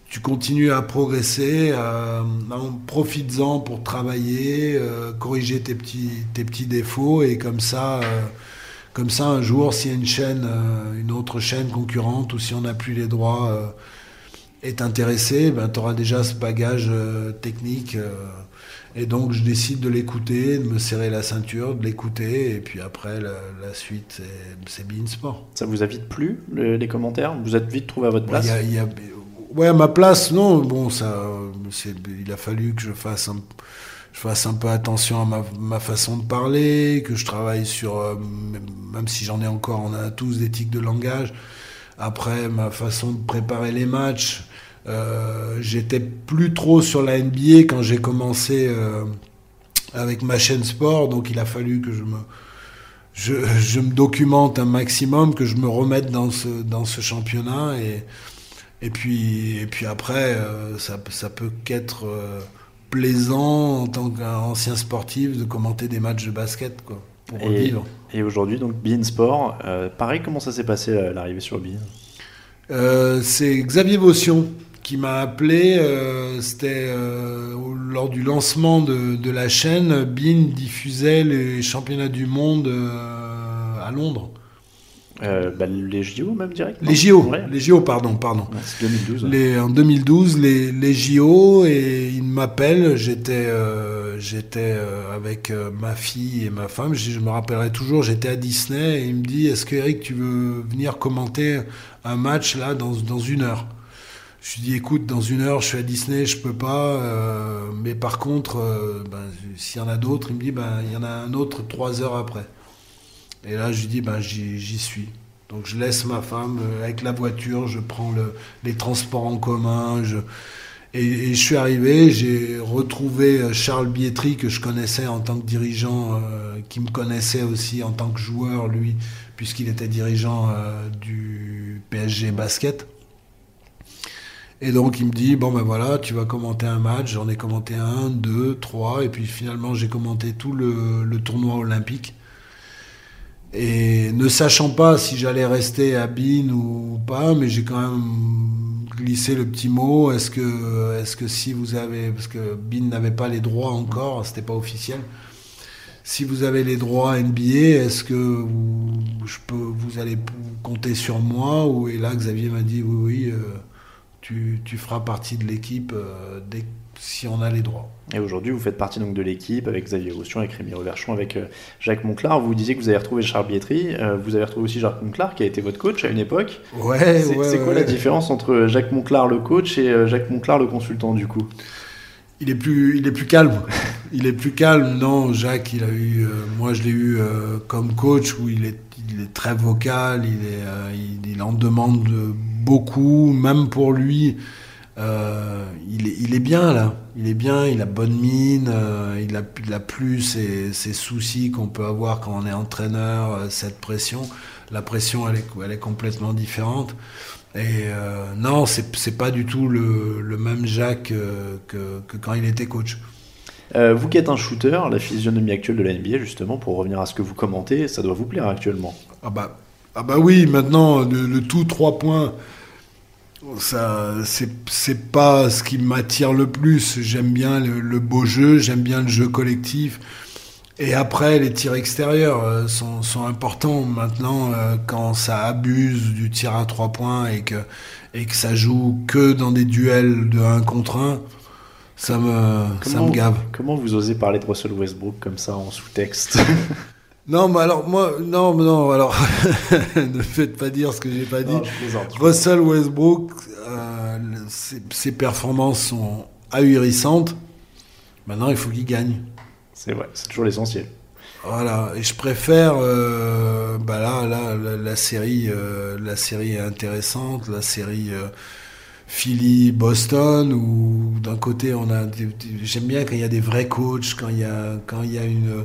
S5: tu continues à progresser, euh, profites-en pour travailler, euh, corriger tes petits, tes petits défauts, et comme ça, euh, comme ça, un jour, s'il y a une chaîne, euh, une autre chaîne concurrente, ou si on n'a plus les droits, euh, est intéressé, ben, tu auras déjà ce bagage euh, technique. Euh, et donc, je décide de l'écouter, de me serrer la ceinture, de l'écouter, et puis après, la, la suite, c'est, c'est beIN Sport.
S4: Ça vous a vite plu, le, les commentaires? Vous êtes vite trouvé à votre place?
S5: Il y a, il y a, Ouais, à ma place, non. Bon, ça, c'est, il a fallu que je fasse un, je fasse un peu attention à ma, ma façon de parler, que je travaille sur, euh, même si j'en ai encore, on a tous des tics de langage. Après, ma façon de préparer les matchs, euh, j'étais plus trop sur la N B A quand j'ai commencé euh, avec ma chaîne sport, donc il a fallu que je me, je, je me documente un maximum, que je me remette dans ce, dans ce championnat, et Et puis, et puis après, euh, ça, ça peut qu'être euh, plaisant en tant qu'ancien sportif de commenter des matchs de basket, quoi, pour
S4: et,
S5: revivre.
S4: Et aujourd'hui, donc beIN Sport, euh, pareil, comment ça s'est passé l'arrivée sur beIN?
S5: euh, C'est Xavier Vaution qui m'a appelé. Euh, c'était euh, lors du lancement de, de la chaîne. beIN diffusait les championnats du monde euh, à Londres.
S4: Euh, bah, les J O même direct?
S5: Les J O,
S4: ouais.
S5: les J O, pardon, pardon.
S4: Ouais, c'est deux mille douze. Ouais.
S5: Les, en deux mille douze, les, les J O, et il m'appelle. J'étais, euh, j'étais euh, avec euh, ma fille et ma femme. Je, je me rappellerai toujours. J'étais à Disney, et il me dit: est-ce que Eric, tu veux venir commenter un match là dans dans une heure? Je lui dis: écoute, dans une heure, je suis à Disney, je peux pas. Euh, mais par contre, euh, ben, s'il y en a d'autres, il me dit: ben, il y en a un autre trois heures après. Et là, je lui dis, ben, j'y, j'y suis. Donc, je laisse ma femme euh, avec la voiture, je prends le, les transports en commun. Je, et, et je suis arrivé, j'ai retrouvé Charles Bietri, que je connaissais en tant que dirigeant, euh, qui me connaissait aussi en tant que joueur, lui, puisqu'il était dirigeant euh, du P S G Basket. Et donc, il me dit, bon, ben voilà, tu vas commenter un match. J'en ai commenté un, deux, trois. Et puis, finalement, j'ai commenté tout le, le tournoi olympique. Et ne sachant pas si j'allais rester à beIN ou pas, mais j'ai quand même glissé le petit mot. Est-ce que, est-ce que si vous avez, parce que beIN n'avait pas les droits encore, c'était pas officiel. Si vous avez les droits N B A, est-ce que vous, je peux, vous allez compter sur moi? Ou, et là, Xavier m'a dit oui, oui, euh, tu, tu feras partie de l'équipe euh, dès si on a les droits.
S4: Et aujourd'hui, vous faites partie donc de l'équipe avec Xavier Vaution, avec Rémi Reverchon, avec euh, Jacques Monclar. Vous disiez que vous avez retrouvé Charles Bietri. Euh, vous avez retrouvé aussi Jacques Monclar, qui a été votre coach à une époque.
S5: Ouais,
S4: c'est,
S5: ouais.
S4: C'est quoi
S5: ouais.
S4: la différence entre Jacques Monclar, le coach, et euh, Jacques Monclar, le consultant, du coup?
S5: Il est plus, il est plus calme. Il est plus calme. Non, Jacques, il a eu, euh, moi je l'ai eu euh, comme coach, où il est, il est très vocal. Il est, euh, il, il en demande beaucoup, même pour lui. Euh, il, est, il est bien là, il est bien, il a bonne mine, euh, il, a, il a plus ces, ces soucis qu'on peut avoir quand on est entraîneur, euh, cette pression. La pression, elle est, elle est complètement différente. Et euh, non, c'est, c'est pas du tout le, le même Jacques euh, que, que quand il était coach.
S4: Euh, vous qui êtes un shooter, la physionomie actuelle de la N B A, justement, pour revenir à ce que vous commentez, ça doit vous plaire actuellement?
S5: Ah bah, ah bah oui, maintenant, le, le tout trois points. Ça, c'est, c'est pas ce qui m'attire le plus. J'aime bien le, le beau jeu, j'aime bien le jeu collectif. Et après, les tirs extérieurs euh, sont, sont importants. Maintenant, euh, quand ça abuse du tir à trois points et que, et que ça joue que dans des duels de un contre un, ça me, ça me gave.
S4: Comment vous osez parler de Russell Westbrook comme ça en sous-texte?
S5: Non, mais alors, moi, non, non, alors, ne faites pas dire ce que j'ai pas dit.
S4: Non, je plaisante, je
S5: Russell Westbrook, euh, ses, ses performances sont ahurissantes. Maintenant, il faut qu'il gagne.
S4: C'est vrai, c'est toujours l'essentiel.
S5: Voilà, et je préfère, euh, bah là, là, la, la série, euh, la série est intéressante, la série euh, Philly-Boston, où d'un côté, on a, des, j'aime bien quand il y a des vrais coachs, quand il y a, quand il y a une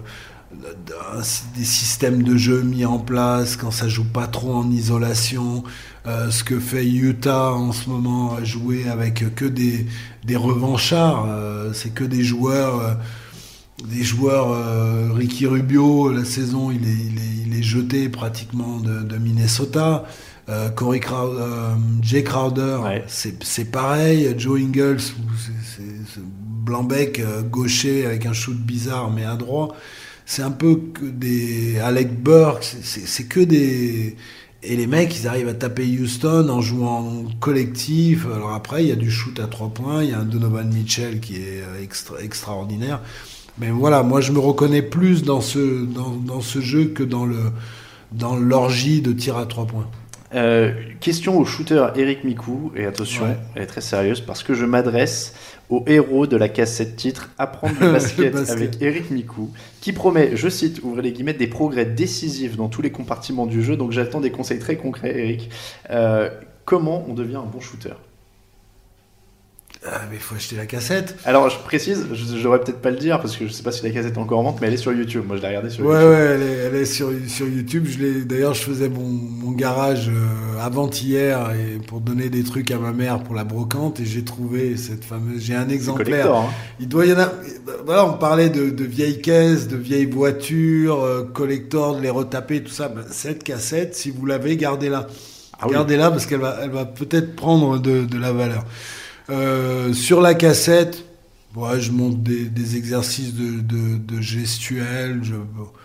S5: des systèmes de jeu mis en place, quand ça joue pas trop en isolation, euh, ce que fait Utah en ce moment, jouer avec que des, des revanchards, euh, c'est que des joueurs, euh, des joueurs, euh, Ricky Rubio, la saison, il est, il est, il est jeté pratiquement de, de Minnesota. Euh, Corey Crowder, euh, Jay Crowder,
S4: ouais.
S5: c'est, c'est pareil. Joe Ingles, c'est, c'est, c'est Blanc-bec, euh, gaucher avec un shoot bizarre mais à droit. C'est un peu que des Alec Burks, c'est, c'est, c'est que des... Et les mecs, ils arrivent à taper Houston en jouant collectif. Alors après, il y a du shoot à trois points, il y a un Donovan Mitchell qui est extra, extraordinaire. Mais voilà, moi je me reconnais plus dans ce, dans, dans ce jeu que dans, le, dans l'orgie de tir à trois points.
S4: Euh, question au shooter Eric Mikou, et attention,
S5: ouais.
S4: elle est très sérieuse parce que je m'adresse au héros de la cassette titre Apprendre le basket, le basket avec Eric Mikou, qui promet, je cite, ouvrez les guillemets, des progrès décisifs dans tous les compartiments du jeu. Donc j'attends des conseils très concrets, Eric. Euh, comment on devient un bon shooter ?
S5: Ah, mais il faut acheter la cassette.
S4: Alors, je précise, je, je devrais peut-être pas le dire parce que je sais pas si la cassette est encore en vente, mais elle est sur YouTube. Moi, je l'ai regardée sur
S5: ouais,
S4: YouTube.
S5: Ouais, elle est, elle est sur, sur YouTube. Je l'ai, d'ailleurs, je faisais mon, mon garage euh, avant-hier et pour donner des trucs à ma mère pour la brocante et j'ai trouvé cette fameuse. J'ai un exemplaire.
S4: Hein.
S5: Il doit y en avoir. Voilà, on parlait de, de vieilles caisses, de vieilles voitures, euh, collector, de les retaper, tout ça. Ben, cette cassette, si vous l'avez, gardez-la. Ah, gardez-la oui. Parce qu'elle va, elle va peut-être prendre de, de la valeur. Euh, sur la cassette, ouais, je monte des, des exercices de, de, de gestuelle. Je,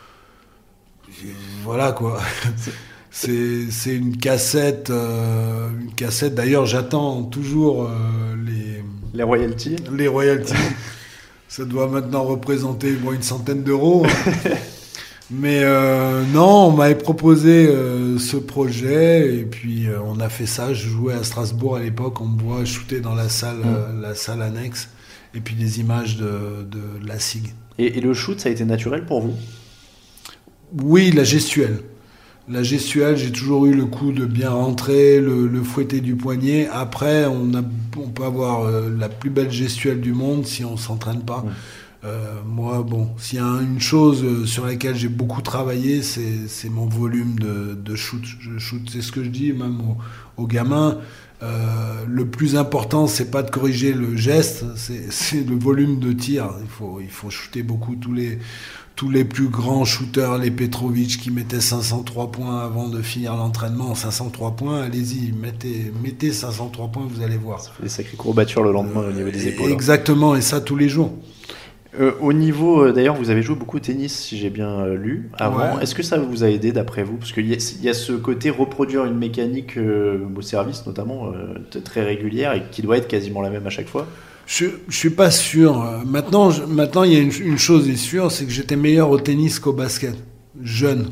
S5: voilà quoi. C'est, c'est une cassette. Euh, une cassette. D'ailleurs, j'attends toujours euh, les
S4: les royalties.
S5: Les royalties. Ça doit maintenant représenter bon, une centaine d'euros. Hein. Mais euh, non, on m'avait proposé euh, ce projet et puis euh, on a fait ça. Je jouais à Strasbourg à l'époque, on me voit shooter dans la salle, mmh. euh, la salle annexe et puis des images de, de la S I G.
S4: Et, et le shoot, ça a été naturel pour vous ?
S5: Oui, la gestuelle. La gestuelle, j'ai toujours eu le coup de bien rentrer, le, le fouetter du poignet. Après, on, a, on peut avoir euh, la plus belle gestuelle du monde si on s'entraîne pas. Mmh. Euh, moi, bon, s'il y a une chose sur laquelle j'ai beaucoup travaillé, c'est, c'est mon volume de, de shoot. Je shoot, c'est ce que je dis même aux, aux gamins. Euh, le plus important, c'est pas de corriger le geste, c'est, c'est le volume de tir. Il faut, il faut shooter beaucoup. Tous les, tous les plus grands shooters, les Petrovic qui mettaient cinq cent trois points avant de finir l'entraînement, cinq cent trois points, allez-y, mettez, mettez cinq cent trois points, vous allez voir.
S4: Ça fait des sacrées courbatures le lendemain euh, au niveau des épaules.
S5: Exactement, et ça tous les jours.
S4: Euh, au niveau, euh, d'ailleurs, vous avez joué beaucoup au tennis, si j'ai bien euh, lu, avant.
S5: Ouais.
S4: Est-ce que ça vous a aidé, d'après vous ? Parce qu'il y a, il y a ce côté reproduire une mécanique euh, au service, notamment, euh, t- très régulière, et qui doit être quasiment la même à chaque fois.
S5: Je ne suis pas sûr. Maintenant, je, maintenant, il y a une, une chose est sûre, c'est que j'étais meilleur au tennis qu'au basket, jeune.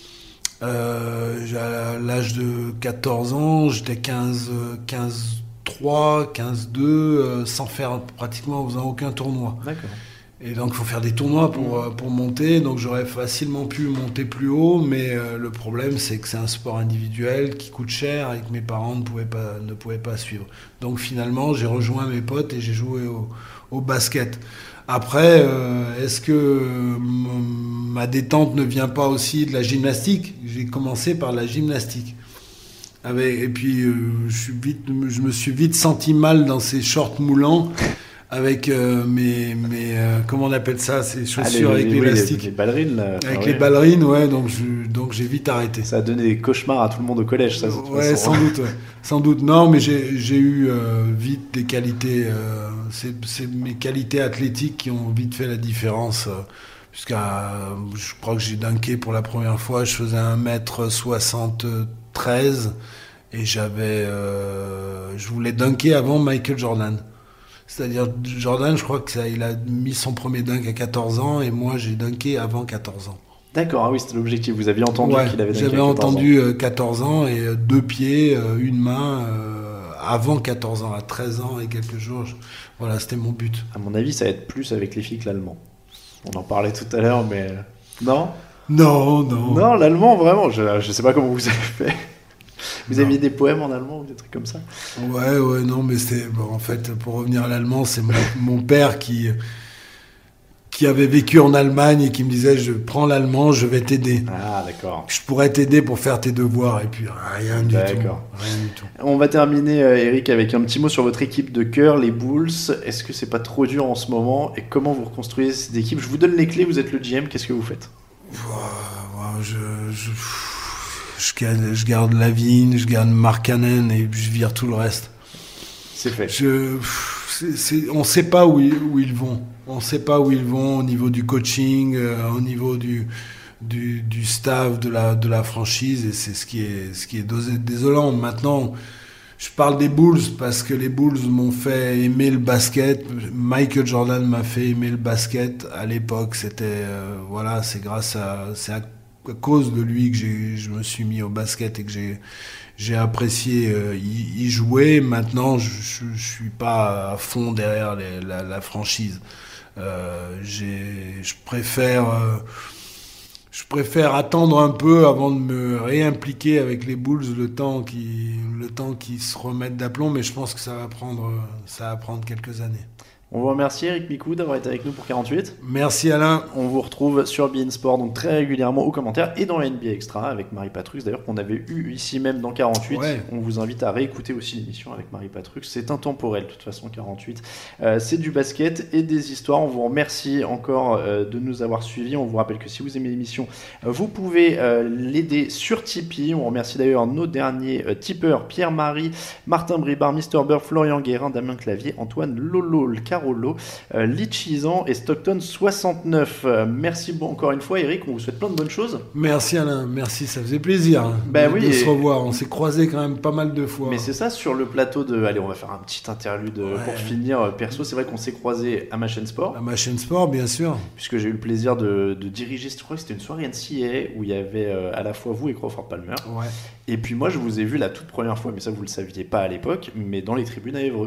S5: Euh, à l'âge de quatorze ans, j'étais quinze, quinze trois, quinze deux, euh, sans faire pratiquement, en faisant aucun tournoi.
S4: D'accord.
S5: Et donc, il faut faire des tournois pour, pour monter. Donc, j'aurais facilement pu monter plus haut. Mais euh, le problème, c'est que c'est un sport individuel qui coûte cher et que mes parents ne pouvaient pas, ne pouvaient pas suivre. Donc, finalement, j'ai rejoint mes potes et j'ai joué au, au basket. Après, euh, est-ce que euh, ma détente ne vient pas aussi de la gymnastique ? J'ai commencé par la gymnastique. Avec, et puis, euh, je, suis vite, je me suis vite senti mal dans ces shorts moulants. Avec euh, mes, mes euh, comment on appelle ça, ces chaussures ah, les, avec
S4: les,
S5: l'élastique.
S4: Les, les ballerines, là.
S5: Avec
S4: ah,
S5: les
S4: ouais.
S5: ballerines, ouais, donc, je, donc j'ai vite arrêté.
S4: Ça a donné des cauchemars à tout le monde au collège, ça.
S5: Ouais, sans doute, ouais. Sans doute. Non, mais j'ai, j'ai eu euh, vite des qualités, euh, c'est, c'est mes qualités athlétiques qui ont vite fait la différence. Euh, jusqu'à, je crois que j'ai dunké pour la première fois, je faisais un mètre soixante-treize et j'avais, euh, je voulais dunker avant Michael Jordan. C'est-à-dire, Jordan, je crois qu'il a mis son premier dunk à quatorze ans et moi, j'ai dunké avant quatorze ans.
S4: D'accord, ah oui, c'était l'objectif. Vous aviez entendu
S5: ouais,
S4: qu'il avait dunké
S5: j'avais
S4: à quatorze
S5: entendu
S4: ans.
S5: quatorze ans et deux pieds, une main, euh, avant quatorze ans, à treize ans et quelques jours. Je... Voilà, c'était mon but.
S4: À mon avis, ça va être plus avec les filles que l'allemand. On en parlait tout à l'heure, mais... Non ?
S5: Non, non.
S4: Non, l'allemand, vraiment, je ne sais pas comment vous avez fait. Vous
S5: non.
S4: aviez des poèmes en allemand ou des trucs comme ça ?
S5: Ouais, ouais, non, mais c'est... Bon, en fait, pour revenir à l'allemand, c'est mon, mon père qui, qui avait vécu en Allemagne et qui me disait « Je prends l'allemand, je vais t'aider.
S4: Ah, d'accord.
S5: Je pourrais t'aider pour faire tes devoirs. » Et puis, rien du
S4: d'accord.
S5: tout. Rien du tout.
S4: On va terminer, euh, Eric, avec un petit mot sur votre équipe de cœur, les Bulls. Est-ce que c'est pas trop dur en ce moment ? Et comment vous reconstruisez cette équipe ? Je vous donne les clés, vous êtes le G M, qu'est-ce que vous faites ?
S5: Wow, wow, je... je... je garde, je garde Lavigne, je garde Markkanen et je vire tout le reste.
S4: C'est fait.
S5: Je, c'est, c'est, on ne sait pas où ils, où ils vont. On ne sait pas où ils vont au niveau du coaching, euh, au niveau du, du, du staff, de la, de la franchise. Et c'est ce qui est, ce qui est dosé, désolant. Maintenant, je parle des Bulls parce que les Bulls m'ont fait aimer le basket. Michael Jordan m'a fait aimer le basket. À l'époque, c'était... Euh, voilà, c'est grâce à... C'est à, à cause de lui que j'ai, je me suis mis au basket et que j'ai... J'ai apprécié euh, y, y jouer. Maintenant, je, je, je suis pas à fond derrière les, la, la franchise. Euh, j'ai, je préfère, euh, je préfère attendre un peu avant de me réimpliquer avec les Bulls le temps qui, le temps qu'ils se remettent d'aplomb. Mais je pense que ça va prendre, ça va prendre quelques années.
S4: On vous remercie Eric Micou d'avoir été avec nous pour quarante-huit.
S5: Merci Alain.
S4: On vous retrouve sur beIN Sport donc très régulièrement aux commentaires et dans la N B A Extra avec Marie Patrux d'ailleurs qu'on avait eu ici même dans quarante-huit. Ouais. On vous invite à réécouter aussi l'émission avec Marie Patrux. C'est intemporel de toute façon quarante-huit. Euh, c'est du basket et des histoires. On vous remercie encore euh, de nous avoir suivis. On vous rappelle que si vous aimez l'émission, euh, vous pouvez euh, l'aider sur Tipeee. On remercie d'ailleurs nos derniers euh, tipeurs Pierre-Marie, Martin Bribard, Mister Burr, Florian Guérin, Damien Clavier, Antoine Lolo, le Carolo, euh, Lichizan et Stockton soixante-neuf. Euh, merci bon, encore une fois Eric, on vous souhaite plein de bonnes choses.
S5: Merci Alain, merci, ça faisait plaisir hein,
S4: ben
S5: de,
S4: oui,
S5: de
S4: et...
S5: se revoir. On s'est croisés quand même pas mal de fois.
S4: Mais c'est ça sur le plateau de... Allez, on va faire un petit interlude ouais. pour finir. Perso, c'est vrai qu'on s'est croisés à ma chaîne Sport.
S5: À ma chaîne Sport, bien sûr.
S4: Puisque j'ai eu le plaisir de, de diriger, je crois que c'était une soirée N C A A où il y avait euh, à la fois vous et Crawford Palmer.
S5: Ouais.
S4: Et puis moi, je vous ai vu la toute première fois, mais ça vous le saviez pas à l'époque, mais dans les tribunes à Évreux.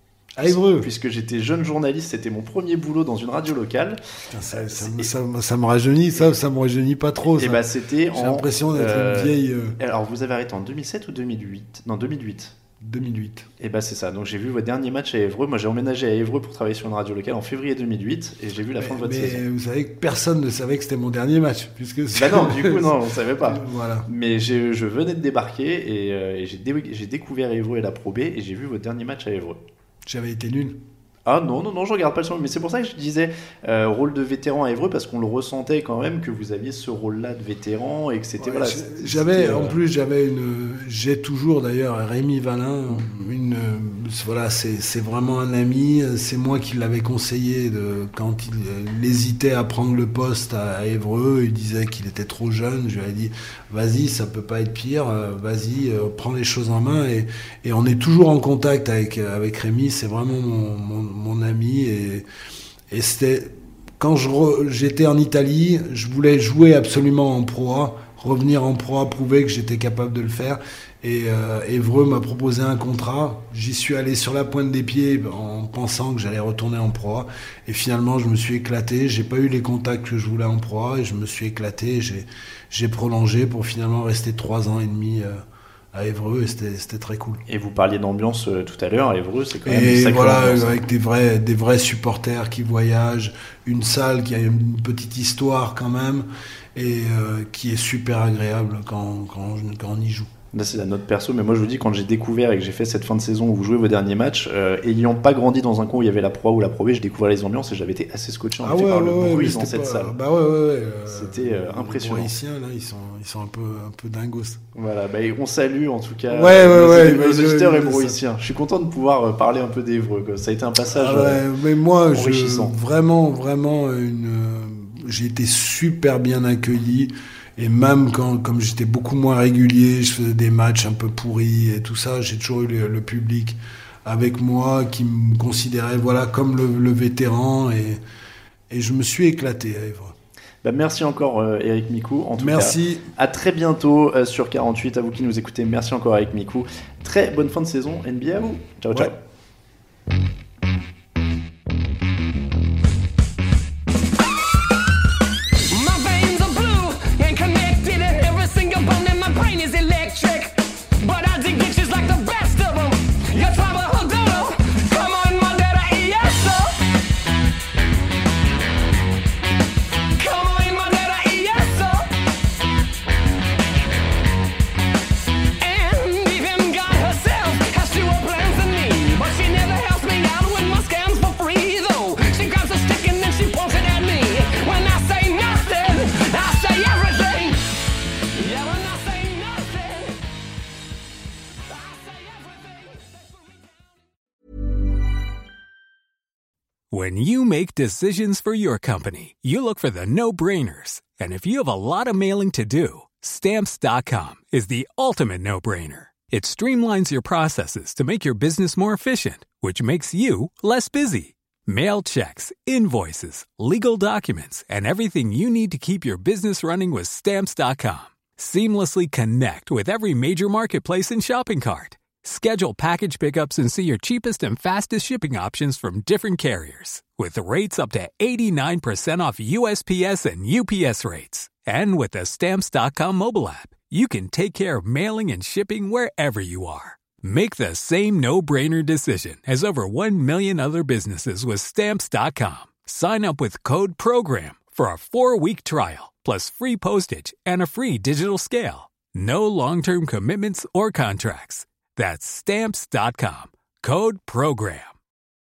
S5: À Évreux.
S4: Puisque j'étais jeune journaliste, c'était mon premier boulot dans une radio locale.
S5: Putain, ça, ça, ça, ça, ça me rajeunit, ça, ça me rajeunit pas trop.
S4: Et bah c'était
S5: J'ai
S4: en,
S5: l'impression d'être euh, une vieille. Euh...
S4: Alors vous avez arrêté en deux mille sept ou deux mille huit ? Non, deux mille huit.
S5: deux mille huit.
S4: Et bah c'est ça. Donc j'ai vu votre dernier match à Évreux. Moi j'ai emménagé à Évreux pour travailler sur une radio locale en février deux mille huit et j'ai vu la
S5: mais,
S4: fin de votre
S5: mais
S4: saison.
S5: Mais vous savez que personne ne savait que c'était mon dernier match, puisque.
S4: Bah non, du coup non, on savait pas.
S5: Voilà.
S4: Mais j'ai, je venais de débarquer et, euh, et j'ai, dé- j'ai découvert Évreux et la Pro B et j'ai vu votre dernier match à Évreux.
S5: J'avais été nul.
S4: Ah non, non, non, je regarde pas le son, mais c'est pour ça que je disais euh, rôle de vétéran à Évreux, parce qu'on le ressentait quand même que vous aviez ce rôle-là de vétéran et que c'était...
S5: Ouais,
S4: voilà,
S5: j'avais,
S4: c'était,
S5: en
S4: euh... plus,
S5: j'avais une... J'ai toujours d'ailleurs Rémi Valin, une, voilà, c'est, c'est vraiment un ami, c'est moi qui l'avais conseillé de, quand il, il hésitait à prendre le poste à, à Évreux, il disait qu'il était trop jeune, je lui ai dit, vas-y, ça peut pas être pire, vas-y, euh, prends les choses en main, et, et on est toujours en contact avec, avec Rémi, c'est vraiment mon, mon mon ami et, et c'était quand je re, j'étais en Italie, je voulais jouer absolument en Pro A, revenir en Pro A, prouver que j'étais capable de le faire et euh, Évreux m'a proposé un contrat, j'y suis allé sur la pointe des pieds en pensant que j'allais retourner en Pro A et finalement je me suis éclaté, j'ai pas eu les contacts que je voulais en Pro A et je me suis éclaté, j'ai, j'ai prolongé pour finalement rester trois ans et demi euh, à Évreux et c'était, c'était très cool.
S4: Et vous parliez d'ambiance euh, tout à l'heure, à Évreux, c'est quand même
S5: et
S4: une sacrée
S5: voilà,
S4: ambiance.
S5: Avec des vrais, des vrais supporters qui voyagent, une salle qui a une petite histoire quand même et euh, qui est super agréable quand, quand, quand on y joue.
S4: Là, c'est la note perso, mais moi je vous dis, quand j'ai découvert et que j'ai fait cette fin de saison où vous jouez vos derniers matchs, euh, ayant pas grandi dans un coin où il y avait la Pro A ou la Pro B, je découvrais les ambiances et j'avais été assez scotché en
S5: ah
S4: effet
S5: ouais,
S4: par
S5: ouais,
S4: le
S5: ouais,
S4: bruit dans
S5: c'était
S4: cette
S5: pas...
S4: salle.
S5: Bah ouais, ouais, ouais. Euh,
S4: c'était euh, impressionnant.
S5: Les Haïtiens, là, ils sont, ils sont un peu, un peu dingos.
S4: Voilà, bah, on salue en tout cas
S5: ouais, ouais,
S4: nos,
S5: ouais,
S4: nos
S5: ouais,
S4: auditeurs
S5: ouais,
S4: ébrouissiens. Je suis content de pouvoir parler un peu d'Évreux, quoi. Ça a été un passage
S5: ah ouais,
S4: euh,
S5: mais moi,
S4: enrichissant.
S5: Je, vraiment, vraiment, une, j'ai été super bien accueilli. Et même quand, comme j'étais beaucoup moins régulier, je faisais des matchs un peu pourris et tout ça, j'ai toujours eu le, le public avec moi qui me considérait voilà, comme le, le vétéran et, et je me suis éclaté à Évreux.
S4: Bah merci encore euh, Eric Micou. En tout
S5: merci.
S4: Cas, à très bientôt euh, sur quarante-huit. À vous qui nous écoutez, merci encore Eric Micou. Très bonne fin de saison N B A à vous. Ciao, ciao. Ouais.
S6: But When you make decisions for your company, you look for the no-brainers. And if you have a lot of mailing to do, Stamps dot com is the ultimate no-brainer. It streamlines your processes to make your business more efficient, which makes you less busy. Mail checks, invoices, legal documents, and everything you need to keep your business running with Stamps dot com. Seamlessly connect with every major marketplace and shopping cart. Schedule package pickups and see your cheapest and fastest shipping options from different carriers. With rates up to eighty-nine percent off U S P S and U P S rates. And with the Stamps dot com mobile app, you can take care of mailing and shipping wherever you are. Make the same no-brainer decision as over one million other businesses with Stamps dot com. Sign up with code PROGRAM for a four-week trial, plus free postage and a free digital scale. No long-term commitments or contracts. That's Stamps dot com. Code PROGRAM.